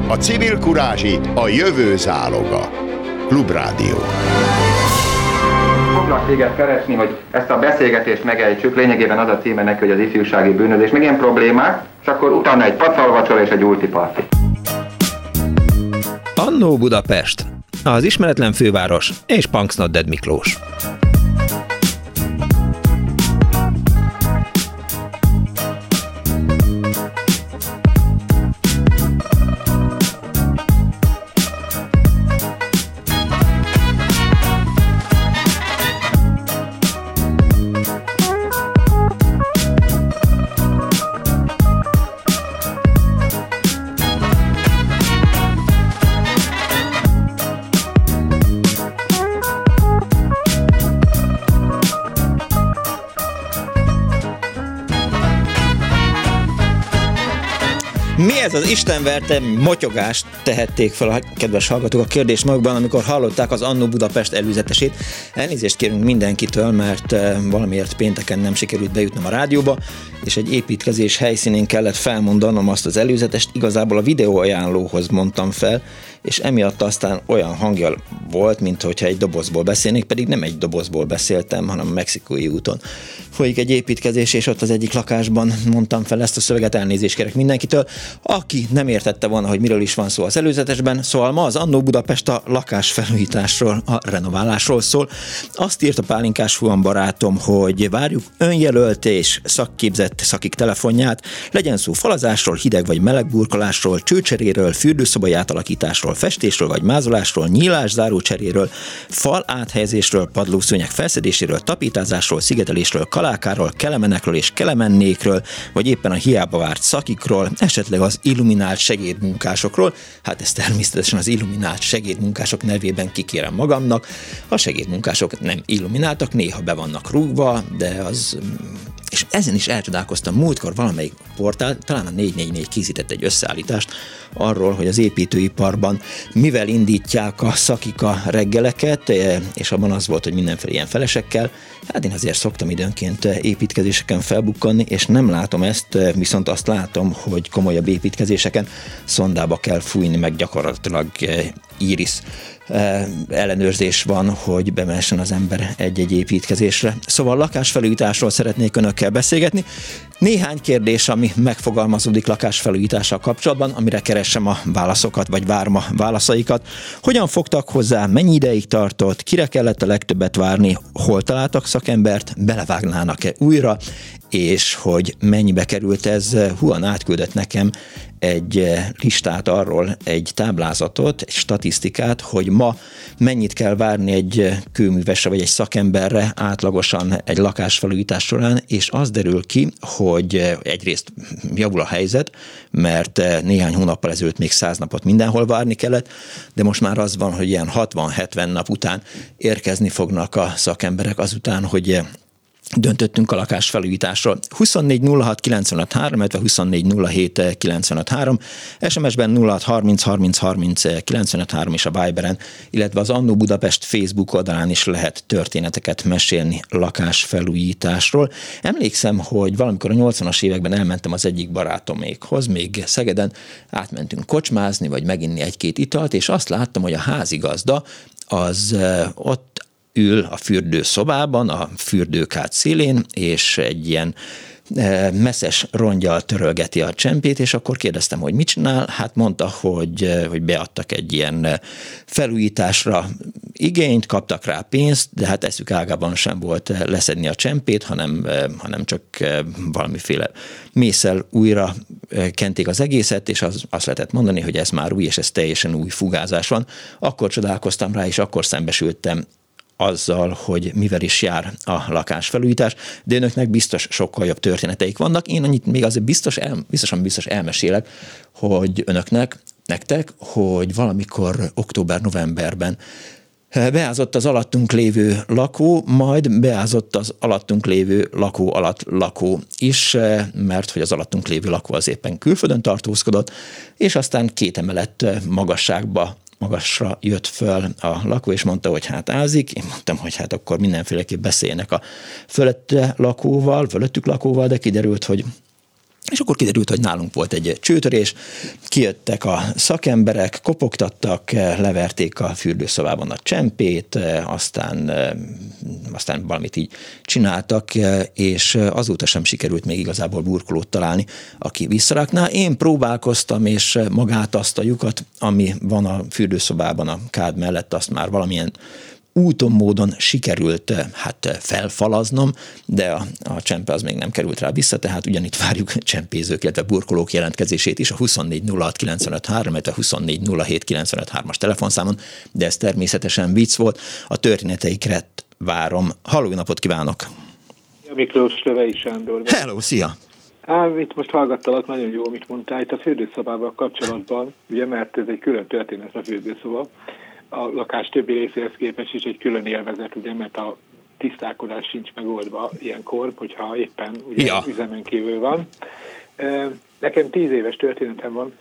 A civil kurázsi a jövő záloga. Klubrádió. Foglak téged keresni, hogy ezt a beszélgetést megejtsük, lényegében az a címe neki, hogy az ifjúsági bűnözés, meg ilyen problémák, és akkor utána egy pacalvacsora és egy ultiparti. Annó Budapest, az ismeretlen főváros és Punks Not Dead Miklós. Mi ez az istenverte motyogást tehették fel a kedves hallgatók a kérdés magukban, amikor hallották az Annó Budapest előzetesét. Elnézést kérünk mindenkitől, mert valamiért pénteken nem sikerült bejutnom a rádióba, és egy építkezés helyszínén kellett felmondanom azt az előzetest, igazából a videóajánlóhoz mondtam fel, és emiatt aztán olyan hangja volt, mint hogyha egy dobozból beszélnék, pedig nem egy dobozból beszéltem, hanem a Mexikói úton folyik egy építkezés, és ott az egyik lakásban mondtam fel ezt a szöveget, elnézést kérek mindenkitől, aki nem értette volna, hogy miről is van szó az előzetesben. Szóval ma az Annó Budapest a lakásfelújításról, a renoválásról szól. Azt írt a pálinkás huan barátom, hogy várjuk önjelölt és szakképzett szakik telefonját, legyen szó falazásról, hideg vagy meleg burkolásról, csőcseréről, fürdőszobai átalakításról, festésről vagy mázolásról, nyílás-záró cseréről, fal áthelyezésről, padlószőnyeg felszedéséről, tapétázásról, szigetelésről, kalákáról, kelemenekről és kelemennékről, vagy éppen a hiába várt szakikról, esetleg az illuminált segédmunkásokról. Hát ezt természetesen az illuminált segédmunkások nevében kikérem magamnak. A segédmunkások nem illumináltak, néha be vannak rúgva, de az... És ezen is elcsodálkoztam. Múltkor valamelyik portál, talán a 444 készített egy összeállítást arról, hogy az építőiparban mivel indítják a szakik a reggeleket, és abban az volt, hogy mindenféle ilyen felesekkel. Hát én azért szoktam időnként építkezéseken felbukkanni, és nem látom ezt, viszont azt látom, hogy komolyabb építkezéseken szondába kell fújni, meg gyakorlatilag íris ellenőrzés van, hogy bemessen az ember egy-egy építkezésre. Szóval lakásfelújításról szeretnék önökkel beszélgetni. Néhány kérdés, ami megfogalmazódik lakásfelújítással kapcsolatban, amire keresem a válaszokat, vagy várom a válaszaikat. Hogyan fogtak hozzá, mennyi ideig tartott, kire kellett a legtöbbet várni, hol találtak szakembert, belevágnának-e újra, és hogy mennyibe került ez. Huan átküldött nekem egy listát arról, egy táblázatot, egy statisztikát, hogy ma mennyit kell várni egy kőművesre vagy egy szakemberre átlagosan egy lakásfelújítás során, és az derül ki, hogy egyrészt javul a helyzet, mert néhány hónappal ezelőtt még 100 napot mindenhol várni kellett, de most már az van, hogy ilyen 60-70 nap után érkezni fognak a szakemberek azután, hogy döntöttünk a lakásfelújításról. 24 06 95 3, illetve 24 07 95 3, SMS-ben 06 30 30 30 95 3 és a Viberen, illetve az Annó Budapest Facebook oldalán is lehet történeteket mesélni lakásfelújításról. Emlékszem, hogy valamikor a 80-as években elmentem az egyik barátomékhoz, még Szegeden, átmentünk kocsmázni, vagy meginni egy-két italt, és azt láttam, hogy a házigazda az ott ül a fürdőszobában, a fürdőkád szélén, és egy ilyen messzes rongyal törölgeti a csempét, és akkor kérdeztem, hogy mit csinál. Hát mondta, hogy beadtak egy ilyen felújításra igényt, kaptak rá pénzt, de hát eszük ágában sem volt leszedni a csempét, hanem csak valamiféle mésszel újra kenték az egészet, és azt lehetett mondani, hogy ez már új, és ez teljesen új fugázás van. Akkor csodálkoztam rá, és akkor szembesültem azzal, hogy mivel is jár a lakásfelújítás, de önöknek biztos sokkal jobb történeteik vannak. Én annyit még azért biztos elmesélek, hogy nektek, hogy valamikor október-novemberben beázott az alattunk lévő lakó, majd beázott az alattunk lévő lakó alatt lakó is, mert hogy az alattunk lévő lakó az éppen külföldön tartózkodott, és aztán 2 emelet magasra jött föl a lakó, és mondta, hogy hát ázik. Én mondtam, hogy hát akkor mindenféleképp beszéljenek a fölöttük lakóval, de kiderült, hogy És akkor kiderült, hogy nálunk volt egy csőtörés, kijöttek a szakemberek, kopogtattak, leverték a fürdőszobában a csempét, aztán valamit így csináltak, és azóta sem sikerült még igazából burkolót találni, aki visszarakná. Én próbálkoztam, és magát azt a lyukat, ami van a fürdőszobában a kád mellett, azt már valamilyen úton, módon sikerült felfalaznom, de a csempe az még nem került rá vissza, tehát ugyanitt várjuk csempézők, illetve burkolók jelentkezését is a 24 06 95 3, illetve 24 07 95 3-as telefonszámon, de ez természetesen vicc volt. A történeteikre várom. Halló, napot kívánok! Miklós, Lövei Sándor. Hello, szia! Itt most hallgattalak, nagyon jó, amit mondtál. Itt a fürdőszobával kapcsolatban, ugye, mert ez egy külön történet a fürdőszoba. A lakás többi részéhez képest is egy külön élvezet, ugye, mert a tisztálkodás sincs megoldva ilyenkor, hogyha éppen ugye üzemen kívül van. Nekem 10 éves történetem van,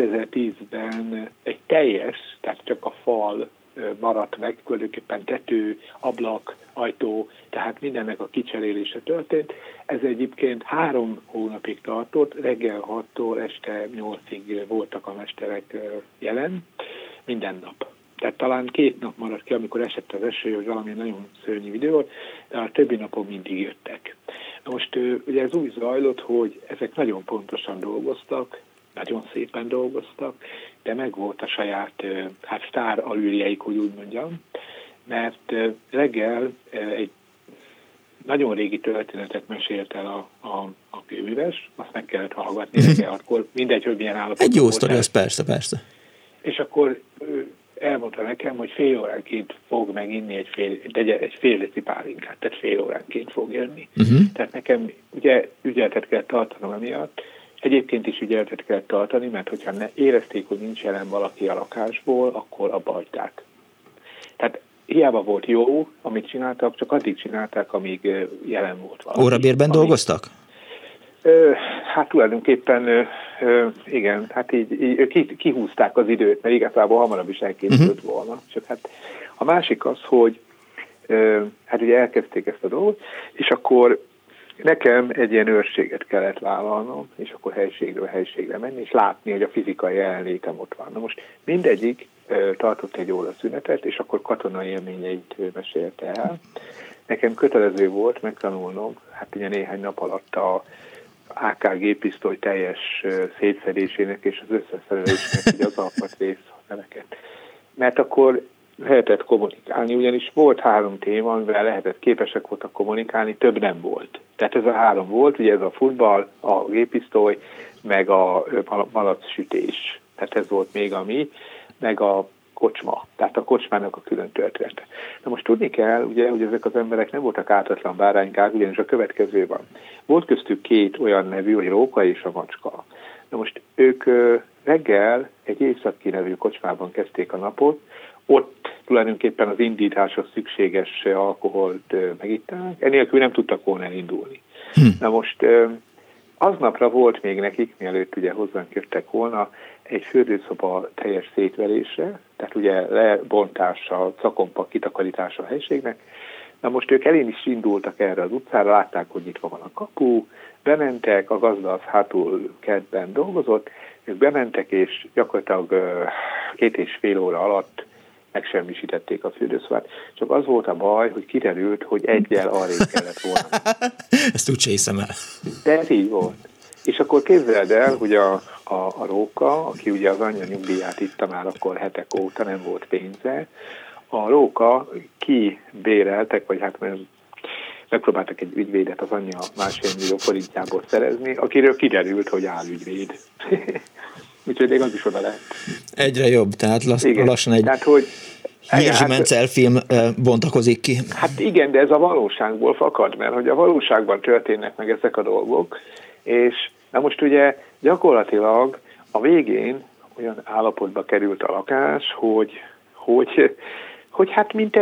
2010-ben egy teljes, tehát csak a fal maradt meg, tulajdonképpen tető, ablak, ajtó, tehát mindennek a kicserélése történt. Ez egyébként 3 hónapig tartott, reggel 6-tól este 8-ig voltak a mesterek jelen, minden nap. Tehát talán 2 nap maradt ki, amikor esett az eső, hogy valami nagyon szörnyű idő volt, de a többi napon mindig jöttek. Most ugye ez úgy zajlott, hogy ezek nagyon pontosan dolgoztak, nagyon szépen dolgoztak, de meg volt a saját sztár allűrjeik, hogy úgy mondjam, mert reggel egy nagyon régi történetet mesélt el a kőműves, azt meg kellett hallgatni reggel, akkor mindegy, hogy milyen állapotban egy jó sztori, az persze. És akkor elmondta nekem, hogy fél óránként fog meginni egy fél deci pálinkát, tehát fél óránként fog jönni. Tehát nekem ugye ügyeletet kell tartanom emiatt, egyébként is ügyeletet kell tartani, mert hogyha érezték, hogy nincs jelen valaki a lakásból, akkor abba hagyták. Tehát hiába volt jó, amit csináltak, csak addig csinálták, amíg jelen volt valaki. Órabérben dolgoztak? Hát tulajdonképpen igen, hát így kihúzták az időt, mert igazából hamarabb is elkészült volna. Csak hát a másik az, hogy hát ugye elkezdték ezt a dolgot, és akkor nekem egy ilyen őrséget kellett vállalnom, és akkor helységre menni, és látni, hogy a fizikai jelenlétem ott van. Na most mindegyik tartott egy óra szünetet, és akkor katonai élményeit mesélte el. Nekem kötelező volt megtanulnom, hát ugye néhány nap alatt a AK géppisztoly teljes szétszedésének és az összeszerelésnek így az alkatrész neveket. Mert akkor lehetett kommunikálni, ugyanis volt 3 téma, amivel képesek voltak kommunikálni, több nem volt. Tehát ez a 3 volt, ugye ez a futball, a géppisztoly, meg a malacsütés. Tehát ez volt még meg a kocsma. Tehát a kocsmának a külön története. Na most tudni kell, ugye, hogy ezek az emberek nem voltak ártatlan báránykák, ugyanis a következő van. Volt köztük 2 olyan nevű, hogy Róka és a Macska. Na most ők reggel egy Északi nevű kocsmában kezdték a napot, ott tulajdonképpen az indításhoz szükséges alkoholt megitták, enélkül nem tudtak volna elindulni. Na most aznapra volt még nekik, mielőtt ugye hozzánk jöttek volna, egy fürdőszoba teljes szétverésre, tehát ugye lebontással, cakompak kitakarítása a helységnek. Na most ők elén is indultak erre az utcára, látták, hogy nyitva van a kapu, bementek, a gazda az hátul kertben dolgozott, ők bementek, és gyakorlatilag 2,5 óra alatt megsemmisítették a fürdőszobát. Csak az volt a baj, hogy kiderült, hogy egyel arrébb kellett volna. Ezt úgy se hiszem el. De ez így volt. És akkor képzeld el, hogy a Róka, aki ugye az anyja nyugdíját itta már akkor hetek óta, nem volt pénze, a Róka kibéreltek, vagy hát megpróbáltak egy ügyvédet az anyja 1,5 millió forintjából szerezni, akiről kiderült, hogy álügyvéd. Úgyhogy még az is oda lett. Egyre jobb, tehát lassan egy Jirzsi Menzel film bontakozik ki. Hát igen, de ez a valóságból fakad, mert hogy a valóságban történnek meg ezek a dolgok, és na most ugye gyakorlatilag a végén olyan állapotba került a lakás, hogy hát mint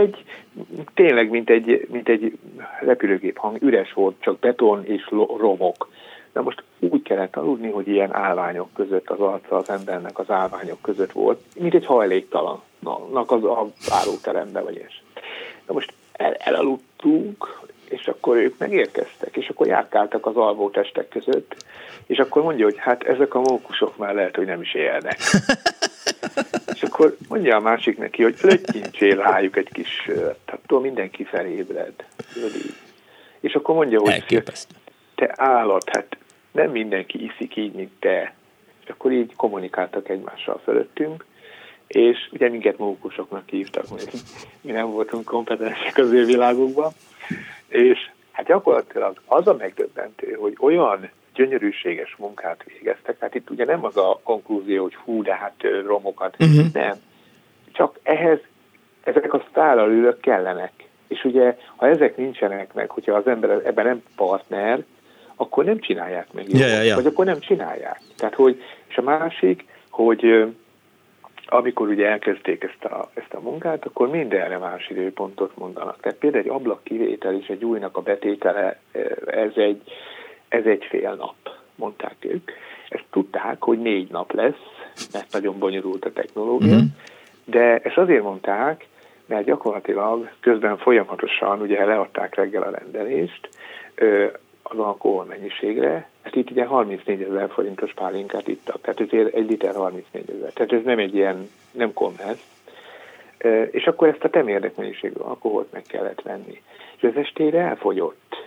egy repülőgép hang, üres volt, csak beton és romok. Na most úgy kellett aludni, hogy ilyen állványok között az arca az embernek az állványok között volt, mint egy hajléktalannak az a váróteremben vagy és. Na most elaludtunk, és akkor ők megérkeztek, és akkor járkáltak az alvó testek között, és akkor mondja, hogy hát ezek a mókusok már lehet, hogy nem is élnek. És akkor mondja a másik neki, hogy löttyintsél rájuk egy kis sört, attól mindenki felébred. És akkor mondja, hogy te állat, hát nem mindenki iszik így, mint te. És akkor így kommunikáltak egymással fölöttünk, és ugye minket mókusoknak hívtak, mert mi nem voltunk kompetensek az ő világukban, és hát gyakorlatilag az a megdöbbentő, hogy olyan gyönyörűséges munkát végeztek, hát itt ugye nem az a konklúzió, hogy hú, de hát romokat, nem. Csak ezek a sztáralőlök kellenek. És ugye, ha ezek nincsenek meg, hogyha az ember ebben nem partner, akkor nem csinálják meg. Vagy akkor nem csinálják. Tehát, hogy, és a másik, hogy amikor ugye elkezdték ezt a munkát, akkor mindenre más időpontot mondanak. Tehát például egy ablakkivétel és egy újnak a betétele, ez egy fél nap, mondták ők. Ezt tudták, hogy 4 nap lesz, mert nagyon bonyolult a technológia, de ezt azért mondták, mert gyakorlatilag közben folyamatosan ugye leadták reggel a rendelést az alkohol mennyiségre, hát itt ugye 34 000 forintos pálinkát ittak, tehát ezért 1 liter 34 000, tehát ez nem egy ilyen, nem komhez, és akkor ezt a temérdek mennyiségű alkoholt meg kellett venni. És ez estére elfogyott.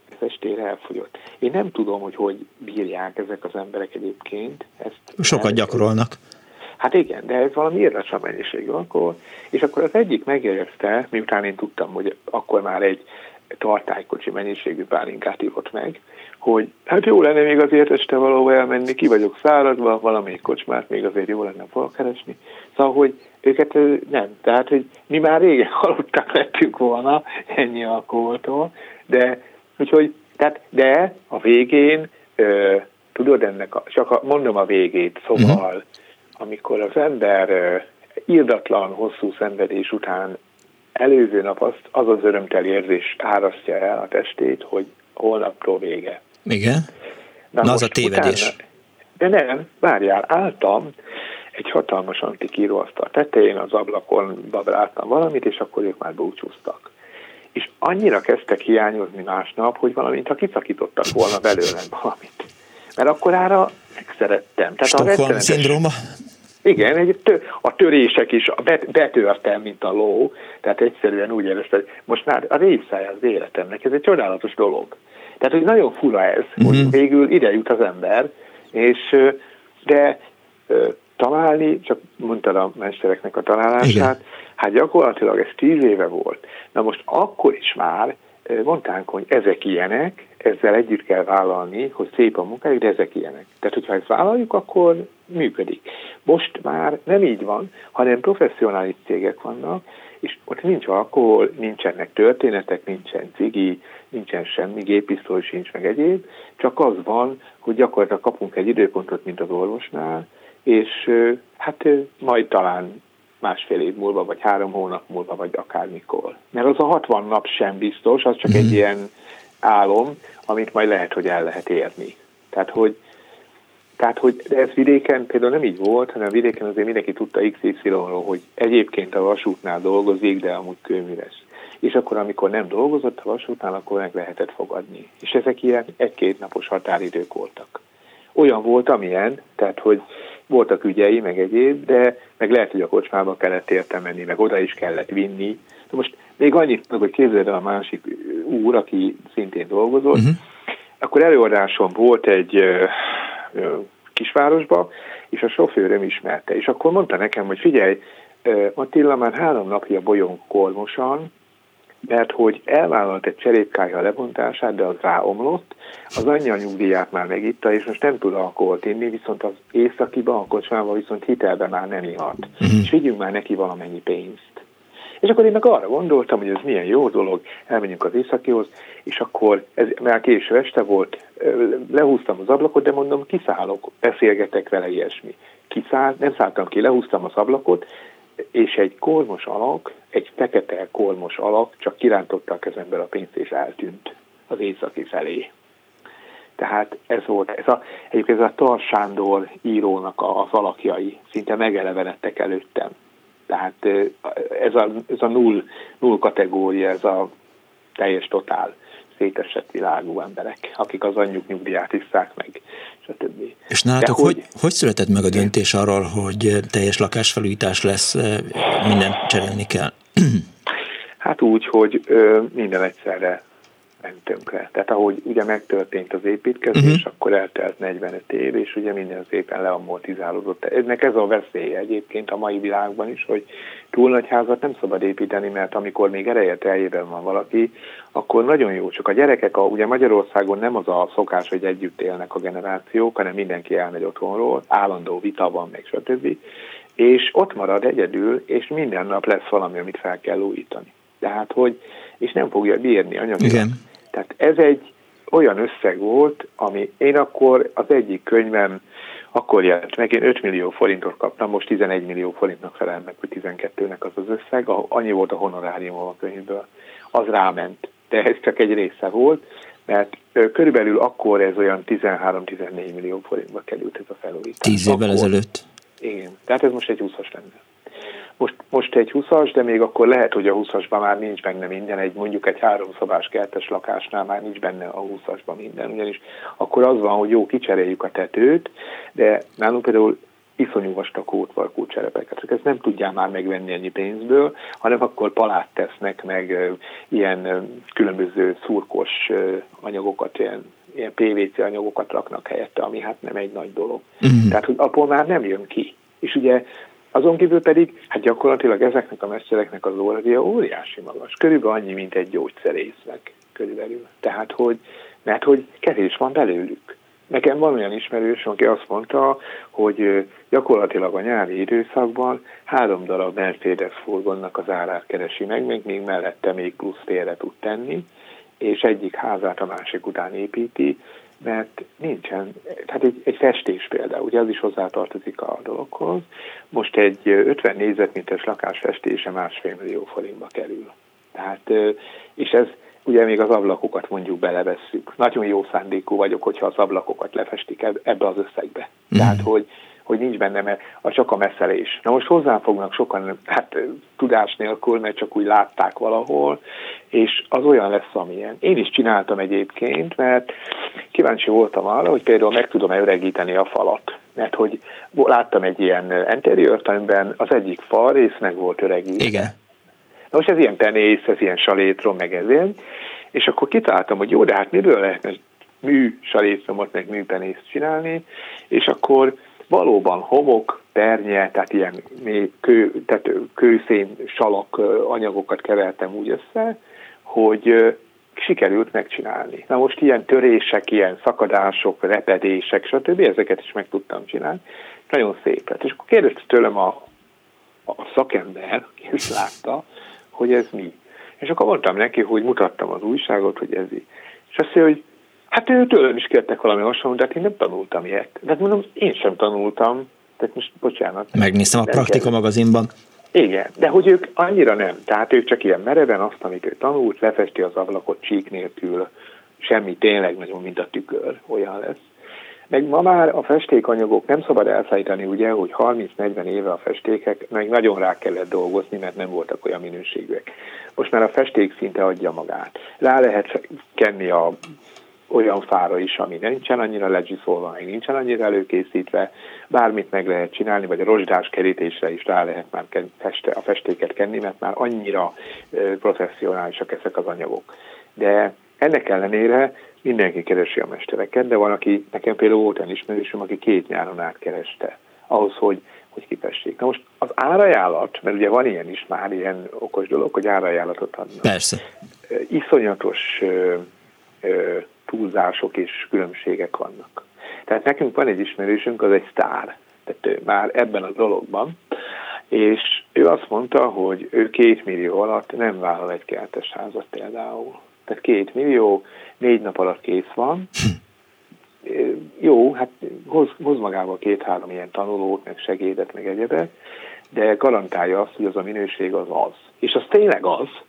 Én nem tudom, hogy bírják ezek az emberek egyébként. Sokat gyakorolnak. Hát igen, de ez valami irdatlan mennyiségű alkohol, és akkor az egyik megjegyezte, miután én tudtam, hogy akkor már egy tartálykocsi mennyiségű pálinkát ívott meg, hogy hát jó lenne még azért este valahol elmenni, ki vagyok száradva, valamelyik kocsmát még azért jó lenne felkeresni. Szóval, hogy őket nem, tehát, hogy mi már régen halottak lettünk volna ennyi alkoholtól, de a végén, tudod ennek, mondom a végét, szóval, amikor az ember irdatlan, hosszú szenvedés után előző nap az az örömteli érzés árasztja el a testét, hogy holnaptól vége. Igen. Na az a tévedés. De nem, várjál, álltam egy hatalmas antik íróasztal tetején, az ablakon babráltam valamit, és akkor ők már búcsúztak. És annyira kezdtek hiányozni másnap, hogy valamint ha kiszakítottak volna belőlem valamit. Mert akkorára megszerettem. Stockholm-szindróma? Igen, a törések is, betörtem, mint a ló, tehát egyszerűen úgy éreztem, hogy most már a részája az életemnek, ez egy csodálatos dolog. Tehát, hogy nagyon fura ez, hogy végül ide jut az ember, de találni, csak mondtad a mestereknek a találását, hát gyakorlatilag ez 10 éve volt. Na most akkor is már mondták, hogy ezek ilyenek, ezzel együtt kell vállalni, hogy szép a munkájuk, de ezek ilyenek. Tehát, hogyha ezt vállaljuk, akkor működik. Most már nem így van, hanem professzionális cégek vannak, és ott nincs alkohol, nincsenek történetek, nincsen cigi, nincsen semmi, géppisztoly sincs, meg egyéb, csak az van, hogy gyakorlatilag kapunk egy időpontot, mint az orvosnál, és hát majd talán 1,5 év múlva, vagy 3 hónap múlva, vagy akármikor. Mert az a 60 nap sem biztos, az csak egy ilyen álom, amit majd lehet, hogy el lehet érni. Tehát, hogy de ez vidéken például nem így volt, hanem vidéken azért mindenki tudta XY-ról, hogy egyébként a vasútnál dolgozik, de amúgy kőműves. És akkor, amikor nem dolgozott a vasútnál, akkor meg lehetett fogadni. És ezek ilyen 1-2 napos határidők voltak. Olyan volt, amilyen, tehát, hogy voltak ügyei, meg egyéb, de meg lehet, hogy a kocsmába kellett érte menni, meg oda is kellett vinni. De most még annyit, hogy képzeld el a másik úr, aki szintén dolgozott, akkor előadásom volt egy kisvárosba, és a sofőröm ismerte. És akkor mondta nekem, hogy figyelj, Attila már 3 napja bolyong Kolmosan, mert hogy elvállalt egy cserépkályha lebontását, de az ráomlott, az anyja nyugdíját már megitta, és most nem tud alkoholt inni, viszont az északiba, a kocsmába viszont hitelben már nem ihat. És vigyünk már neki valamennyi pénzt. És akkor én meg arra gondoltam, hogy ez milyen jó dolog, elmenjünk az északihoz, és akkor, ez már késő este volt, lehúztam az ablakot, de mondom, kiszállok, beszélgetek vele, ilyesmi. Nem szálltam ki, lehúztam az ablakot, és egy kolmos alak, egy fekete kolmos alak csak kirántotta a kezemben a pénzt, és eltűnt az északi felé. Tehát ez volt, egyébként ez a Tar Sándor írónak az alakjai szinte megelevenedtek előttem. Tehát ez a null kategória, ez a teljes totál. szétesett világú emberek, akik az anyjuk nyugdíját isszák meg, stb. És nálatok hogy született meg a döntés arról, hogy teljes lakásfelújítás lesz, mindent cserélni kell? Hát úgy, hogy minden egyszerre ment tönkre. Tehát ahogy ugye megtörtént az építkezés, akkor eltelt 45 év, és ugye minden szépen leamortizálódott. Ennek ez a veszélye egyébként a mai világban is, hogy túl nagy házat nem szabad építeni, mert amikor még ereje teljében van valaki, akkor nagyon jó. Csak a gyerekek, ugye Magyarországon nem az a szokás, hogy együtt élnek a generációk, hanem mindenki elmegy otthonról, állandó vita van, meg stb. És ott marad egyedül, és minden nap lesz valami, amit fel kell újítani. Tehát, hogy, és nem fogja bírni anyagilag. Igen. Tehát ez egy olyan összeg volt, ami én akkor az egyik könyvem akkor jelent meg, én 5 millió forintot kaptam, most 11 millió forintnak felel meg, vagy 12-nek az az összeg, annyi volt a honorárium a könyvből. Az ráment, de ez csak egy része volt, mert körülbelül akkor ez olyan 13-14 millió forintba került ez a felújítás. 10 évvel ezelőtt. Igen, tehát ez most egy 20-as lenne. Most egy 20-as, de még akkor lehet, hogy a 20-asban már nincs benne minden, mondjuk egy 3 szobás kertes lakásnál már nincs benne a 20-asban minden, ugyanis akkor az van, hogy jó, kicseréljük a tetőt, de nálunk például iszonyú vastag kótvarkút-cserepeket, csak ezt nem tudják már megvenni ennyi pénzből, hanem akkor palát tesznek, meg ilyen különböző szurkos anyagokat, ilyen PVC anyagokat raknak helyette, ami hát nem egy nagy dolog. Tehát, hogy abból már nem jön ki. És ugye azon kívül pedig, hát gyakorlatilag ezeknek a mestereknek az óradia óriási magas. Körülbelül annyi, mint egy gyógyszerésznek körülbelül. Tehát, mert hogy kevés van belőlük. Nekem van olyan ismerős, aki azt mondta, hogy gyakorlatilag a nyári időszakban 3 darab Mercedes furgonnak az árát keresi meg, még mellette még plusz félre tud tenni, és egyik házát a másik után építi, mert nincsen, tehát egy festés például, ugye az is hozzátartozik a dologhoz. Most egy 50 négyzetméteres lakás festése 1,5 millió forintba kerül. Tehát, és ez ugye még az ablakokat mondjuk belevesszük. Nagyon jó szándékú vagyok, hogyha az ablakokat lefestik ebbe az összegbe. Tehát, hogy nincs benne csak a messzelés. Na most hozzá fognak sokan, hát tudás nélkül, mert csak úgy látták valahol, és az olyan lesz, amilyen. Én is csináltam egyébként, mert kíváncsi voltam arra, hogy például meg tudom-e öregíteni a falat. Mert hogy láttam egy ilyen interiört, amiben az egyik falrész meg volt öregítve. Igen. Na most ez ilyen penész, ez ilyen salétrom, meg ezért, és akkor kitaláltam, hogy jó, de hát miből lehetne mű salétromot, meg műpenészt csinálni, és akkor valóban homok, pernye, tehát ilyen kőszén, salak anyagokat kevertem úgy össze, hogy sikerült megcsinálni. Na most ilyen törések, ilyen szakadások, repedések, stb. Ezeket is meg tudtam csinálni. Nagyon szép lett. És akkor kérdezte tőlem a szakember, aki is látta, hogy ez mi. És akkor mondtam neki, hogy mutattam az újságot, hogy ez így. És azt mondja, hogy hát ő tőlem is kértek valami hasonlót, de hát én nem tanultam ilyet. De hát mondom, én sem tanultam, tehát most bocsánat. Megnéztem a Praktika magazinban. Igen, de hogy ők annyira nem. Tehát ők csak ilyen mereven azt, amit ő tanult, lefesti az ablakot csík nélkül, semmi tényleg nagyon, mint a tükör, olyan lesz. Meg ma már a festékanyagok, nem szabad elfelejteni, ugye, hogy 30-40 éve a festékek meg nagyon rá kellett dolgozni, mert nem voltak olyan minőségűek. Most már a festék szinte adja magát. Rá lehet kenni olyan fára is, ami nincsen annyira legyiszolva, meg nincsen annyira előkészítve, bármit meg lehet csinálni, vagy a rozsdás kerítésre is rá lehet már a festéket kenni, mert már annyira professzionálisak ezek az anyagok. De ennek ellenére mindenki keresi a mestereket, de van, aki, nekem például volt olyan ismerősöm, aki 2 nyáron át kereste ahhoz, hogy kifessék. Na most az árajánlat, mert ugye van ilyen is már, ilyen okos dolog, hogy árajánlatot adnak. Persze. Iszonyatos túlzások és különbségek vannak. Tehát nekünk van egy ismerősünk, az egy sztár, tehát már ebben a dologban, és ő azt mondta, hogy ő 2 millió alatt nem vállal egy kertes házat például. Tehát 2 millió, 4 nap alatt kész van. Jó, hát hoz magával 2-3 ilyen tanulót, meg segédet, meg egyebet, de garantálja azt, hogy az a minőség az. És az tényleg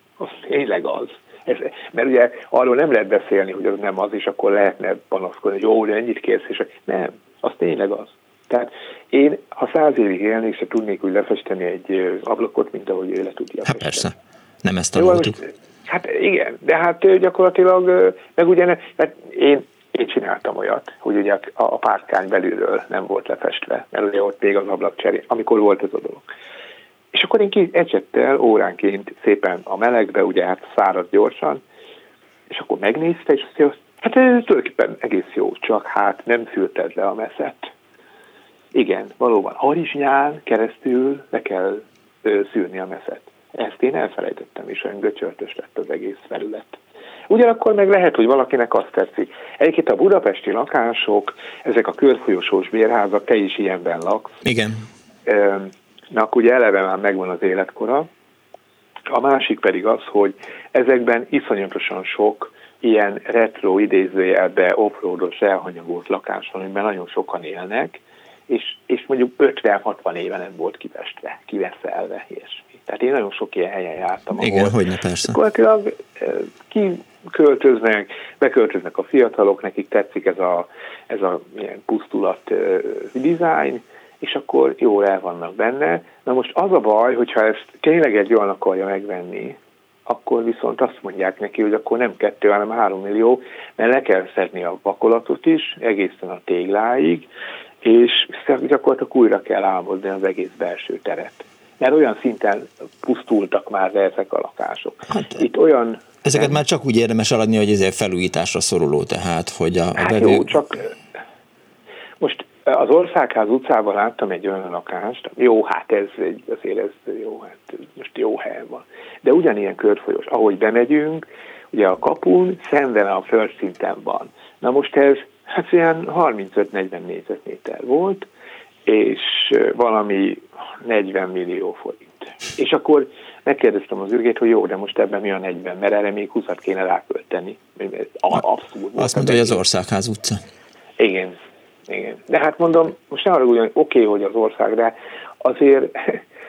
az. Mert ugye arról nem lehet beszélni, hogy az nem az, és akkor lehetne panaszkodni, hogy jó, de ennyit kérsz, és nem, az tényleg az. Tehát én, ha 100 évig élnék, se tudnék úgy lefesteni egy ablakot, mint ahogy ő le tudja festeni. Persze, nem ezt tanultuk. Hát igen, de hát gyakorlatilag, meg ugye, mert én csináltam olyat, hogy ugye a párkány belülről nem volt lefestve, mert ugye ott még az ablak cseré, amikor volt ez a dolog. És akkor én ecsettel óránként szépen a melegbe, ugye hát szárad gyorsan, és akkor megnézte, és azt mondja, hát ez tulajdonképpen egész jó, csak hát nem fürted le a meszet. Igen, valóban harisnyán keresztül le kell szűrni a meszet. Ezt én elfelejtettem, és olyan göcsörtös lett az egész felület. Ugyanakkor meg lehet, hogy valakinek azt tetszik. Egyébként a budapesti lakások, ezek a körfolyosós bérházak, te is ilyenben laksz. Igen. Na, ugye eleve már megvan az életkora. A másik pedig az, hogy ezekben iszonyatosan sok ilyen retro idézőjelbe offroados elhanyagolt lakás van, amiben nagyon sokan élnek, és mondjuk 50-60 éve nem volt kiveszelve, ilyesmi. Tehát én nagyon sok ilyen helyen jártam. Igen, hogyne, persze. Gyakorlatilag beköltöznek a fiatalok, nekik tetszik ez a ilyen pusztulat design, és akkor jól el vannak benne. Na most az a baj, hogyha ezt tényleg egy jól akarja megvenni, akkor viszont azt mondják neki, hogy akkor nem 2, hanem 3 millió, mert le kell szedni a vakolatot is, egészen a tégláig, és gyakorlatilag újra kell álmodni az egész belső teret. Mert olyan szinten pusztultak már ezek a lakások. Hát, itt olyan... Ezeket már csak úgy érdemes eladni, hogy ezért felújításra szoruló, tehát, hogy a vevő... Jó, csak most az Országház utcában láttam egy olyan lakást, jó, hát azért ez jó, hát most jó helyen van. De ugyanilyen körfolyós, ahogy bemegyünk, ugye a kapun szemben a földszinten van. Na most ez hát ilyen 35-40 négyzetméter volt, és valami 40 millió forint. És akkor megkérdeztem az ürgét, hogy jó, de most ebben mi a 40, mert erre még 20-at kéne rákölteni. Abszolút. Azt mondta, hogy az Országház utca. Igen. De hát mondom, most nem arra úgy, oké, hogy az ország, de azért,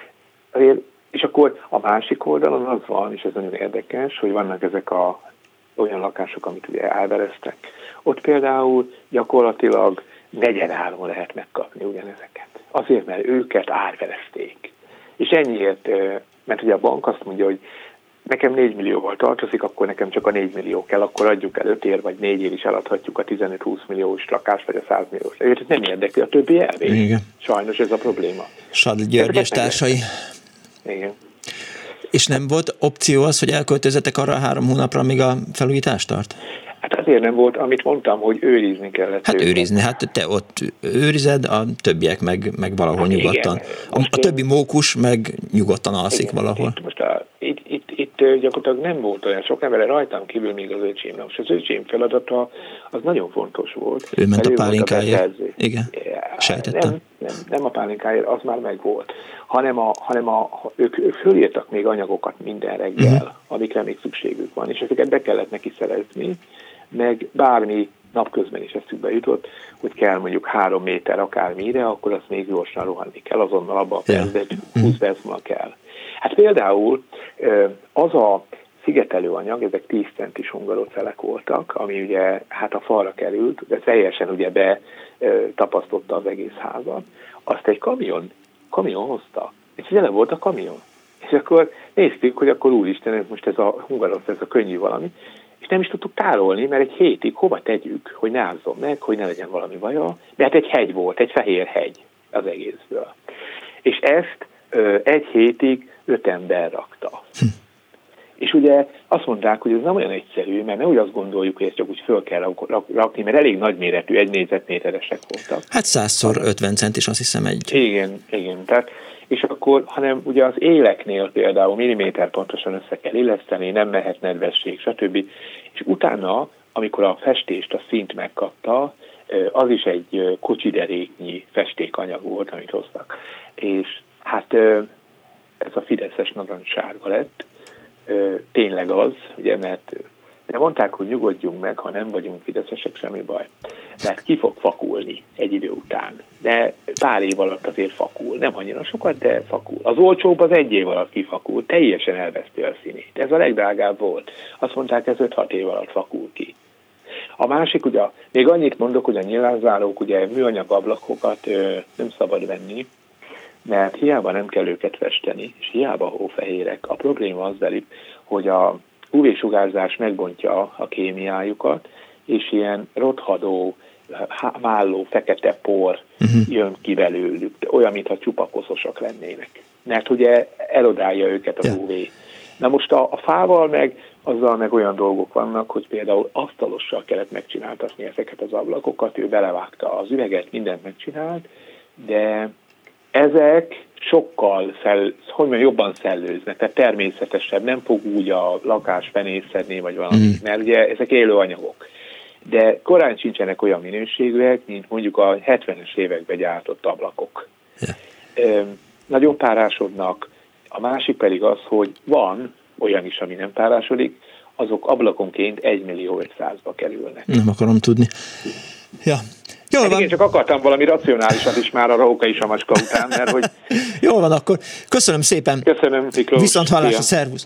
és akkor a másik oldalon az van, és ez nagyon érdekes, hogy vannak ezek olyan lakások, amit ugye elvereztek. Ott például gyakorlatilag negyedáron lehet megkapni ugyanezeket. Azért, mert őket árverezték. És ennyiért, mert ugye a bank azt mondja, hogy nekem 4 millióval tartozik, akkor nekem csak a 4 millió kell, akkor adjuk el 5 év vagy 4 év is eladhatjuk a 15-20 milliós lakást, vagy a 100 milliós. Őt nem érdekli, a többi elvész. Igen. Sajnos ez a probléma. Sadi György és társai. Igen. És nem volt opció az, hogy elköltözetek arra 3 hónapra, amíg a felújítás tart? Hát azért nem volt, amit mondtam, hogy őrizni kellett. Hát őrizni, hát te ott őrized, a többiek meg valahol hát nyugodtan. A többi mókus meg nyugodtan alszik valahol. Itt gyakorlatilag nem volt olyan sok ember, rajtam kívül még az öcsém. Most az öcsém feladata az nagyon fontos volt. Ő ment a pálinkáért. Igen, sejtettem. Nem a pálinkáért, az már megvolt. Hanem ők fölírtak még anyagokat minden reggel, amikre még szükségük van, és ezeket be kellett neki szerezni, meg bármi napközben is eszükbe jutott, hogy kell mondjuk 3 méter akármire, akkor azt még gyorsan rohanni kell, azonnal abba a percben, 20 perc múlva kell. Hát például az a szigetelő anyag, ezek 10 centis hungarocellek voltak, ami ugye hát a falra került, de teljesen ugye betapasztotta az egész házat, azt egy kamion hozta, és jelen volt a kamion. És akkor néztük, hogy akkor úristen, most ez a hungarocell, ez a könnyű valami, és nem is tudtuk tárolni, mert egy hétig hova tegyük, hogy ne ázzon meg, hogy ne legyen valami baja, de hát egy hegy volt, egy fehér hegy az egészből. És ezt egy hétig 5 ember rakta. És ugye azt mondták, hogy ez nem olyan egyszerű, mert nem úgy azt gondoljuk, hogy ezt csak úgy föl kell rakni, mert elég nagyméretű, 1 négyzetméteresek voltak. Hát 100x50 centis, azt hiszem egy. Igen. Tehát, és akkor, hanem ugye az éleknél például milliméter pontosan össze kell illeszteni, nem mehet nedvesség, stb. És utána, amikor a festést, a színt megkapta, az is egy kocsideréknyi festékanyag volt, amit hoztak. És hát ez a fideszes narancssárga lett, tényleg az, ugye, mert de mondták, hogy nyugodjunk meg, ha nem vagyunk fideszesek, semmi baj. Mert ki fog fakulni egy idő után. De pár év alatt azért fakul. Nem annyira sokat, de fakul. Az olcsóbb az 1 év alatt kifakul. Teljesen elveszti a színét. Ez a legdrágább volt. Azt mondták, ez 5-6 év alatt fakul ki. A másik, ugye, még annyit mondok, hogy a nyilvánzárók, ugye műanyag ablakokat nem szabad venni, mert hiába nem kell őket festeni, és hiába hófehérek. A probléma az velük, hogy UV-sugárzás megbontja a kémiájukat, és ilyen rothadó, málló, fekete por jön ki belőlük, olyan, mintha csupa koszosok lennének. Mert ugye elodálja őket az UV. Na most a fával azzal meg olyan dolgok vannak, hogy például asztalossal kellett megcsináltatni ezeket az ablakokat, ő belevágta az üveget, mindent megcsinált, de ezek sokkal jobban szellőznek, tehát természetesebb, nem fog úgy a lakás fenészedni, vagy valami, mert ugye ezek élő anyagok. De korán sincsenek olyan minőségűek, mint mondjuk a 70-es években gyártott ablakok. Nagyon párásodnak, a másik pedig az, hogy van olyan is, ami nem párásodik, azok ablakonként 1.500.000-ba kerülnek. Nem akarom tudni. Ja. Jól van. Én csak akartam valami racionálisat is már a Róka és a macska után, mert hogy... Jól van, akkor köszönöm szépen. Köszönöm, Miklós. Viszont hallásra, szervusz.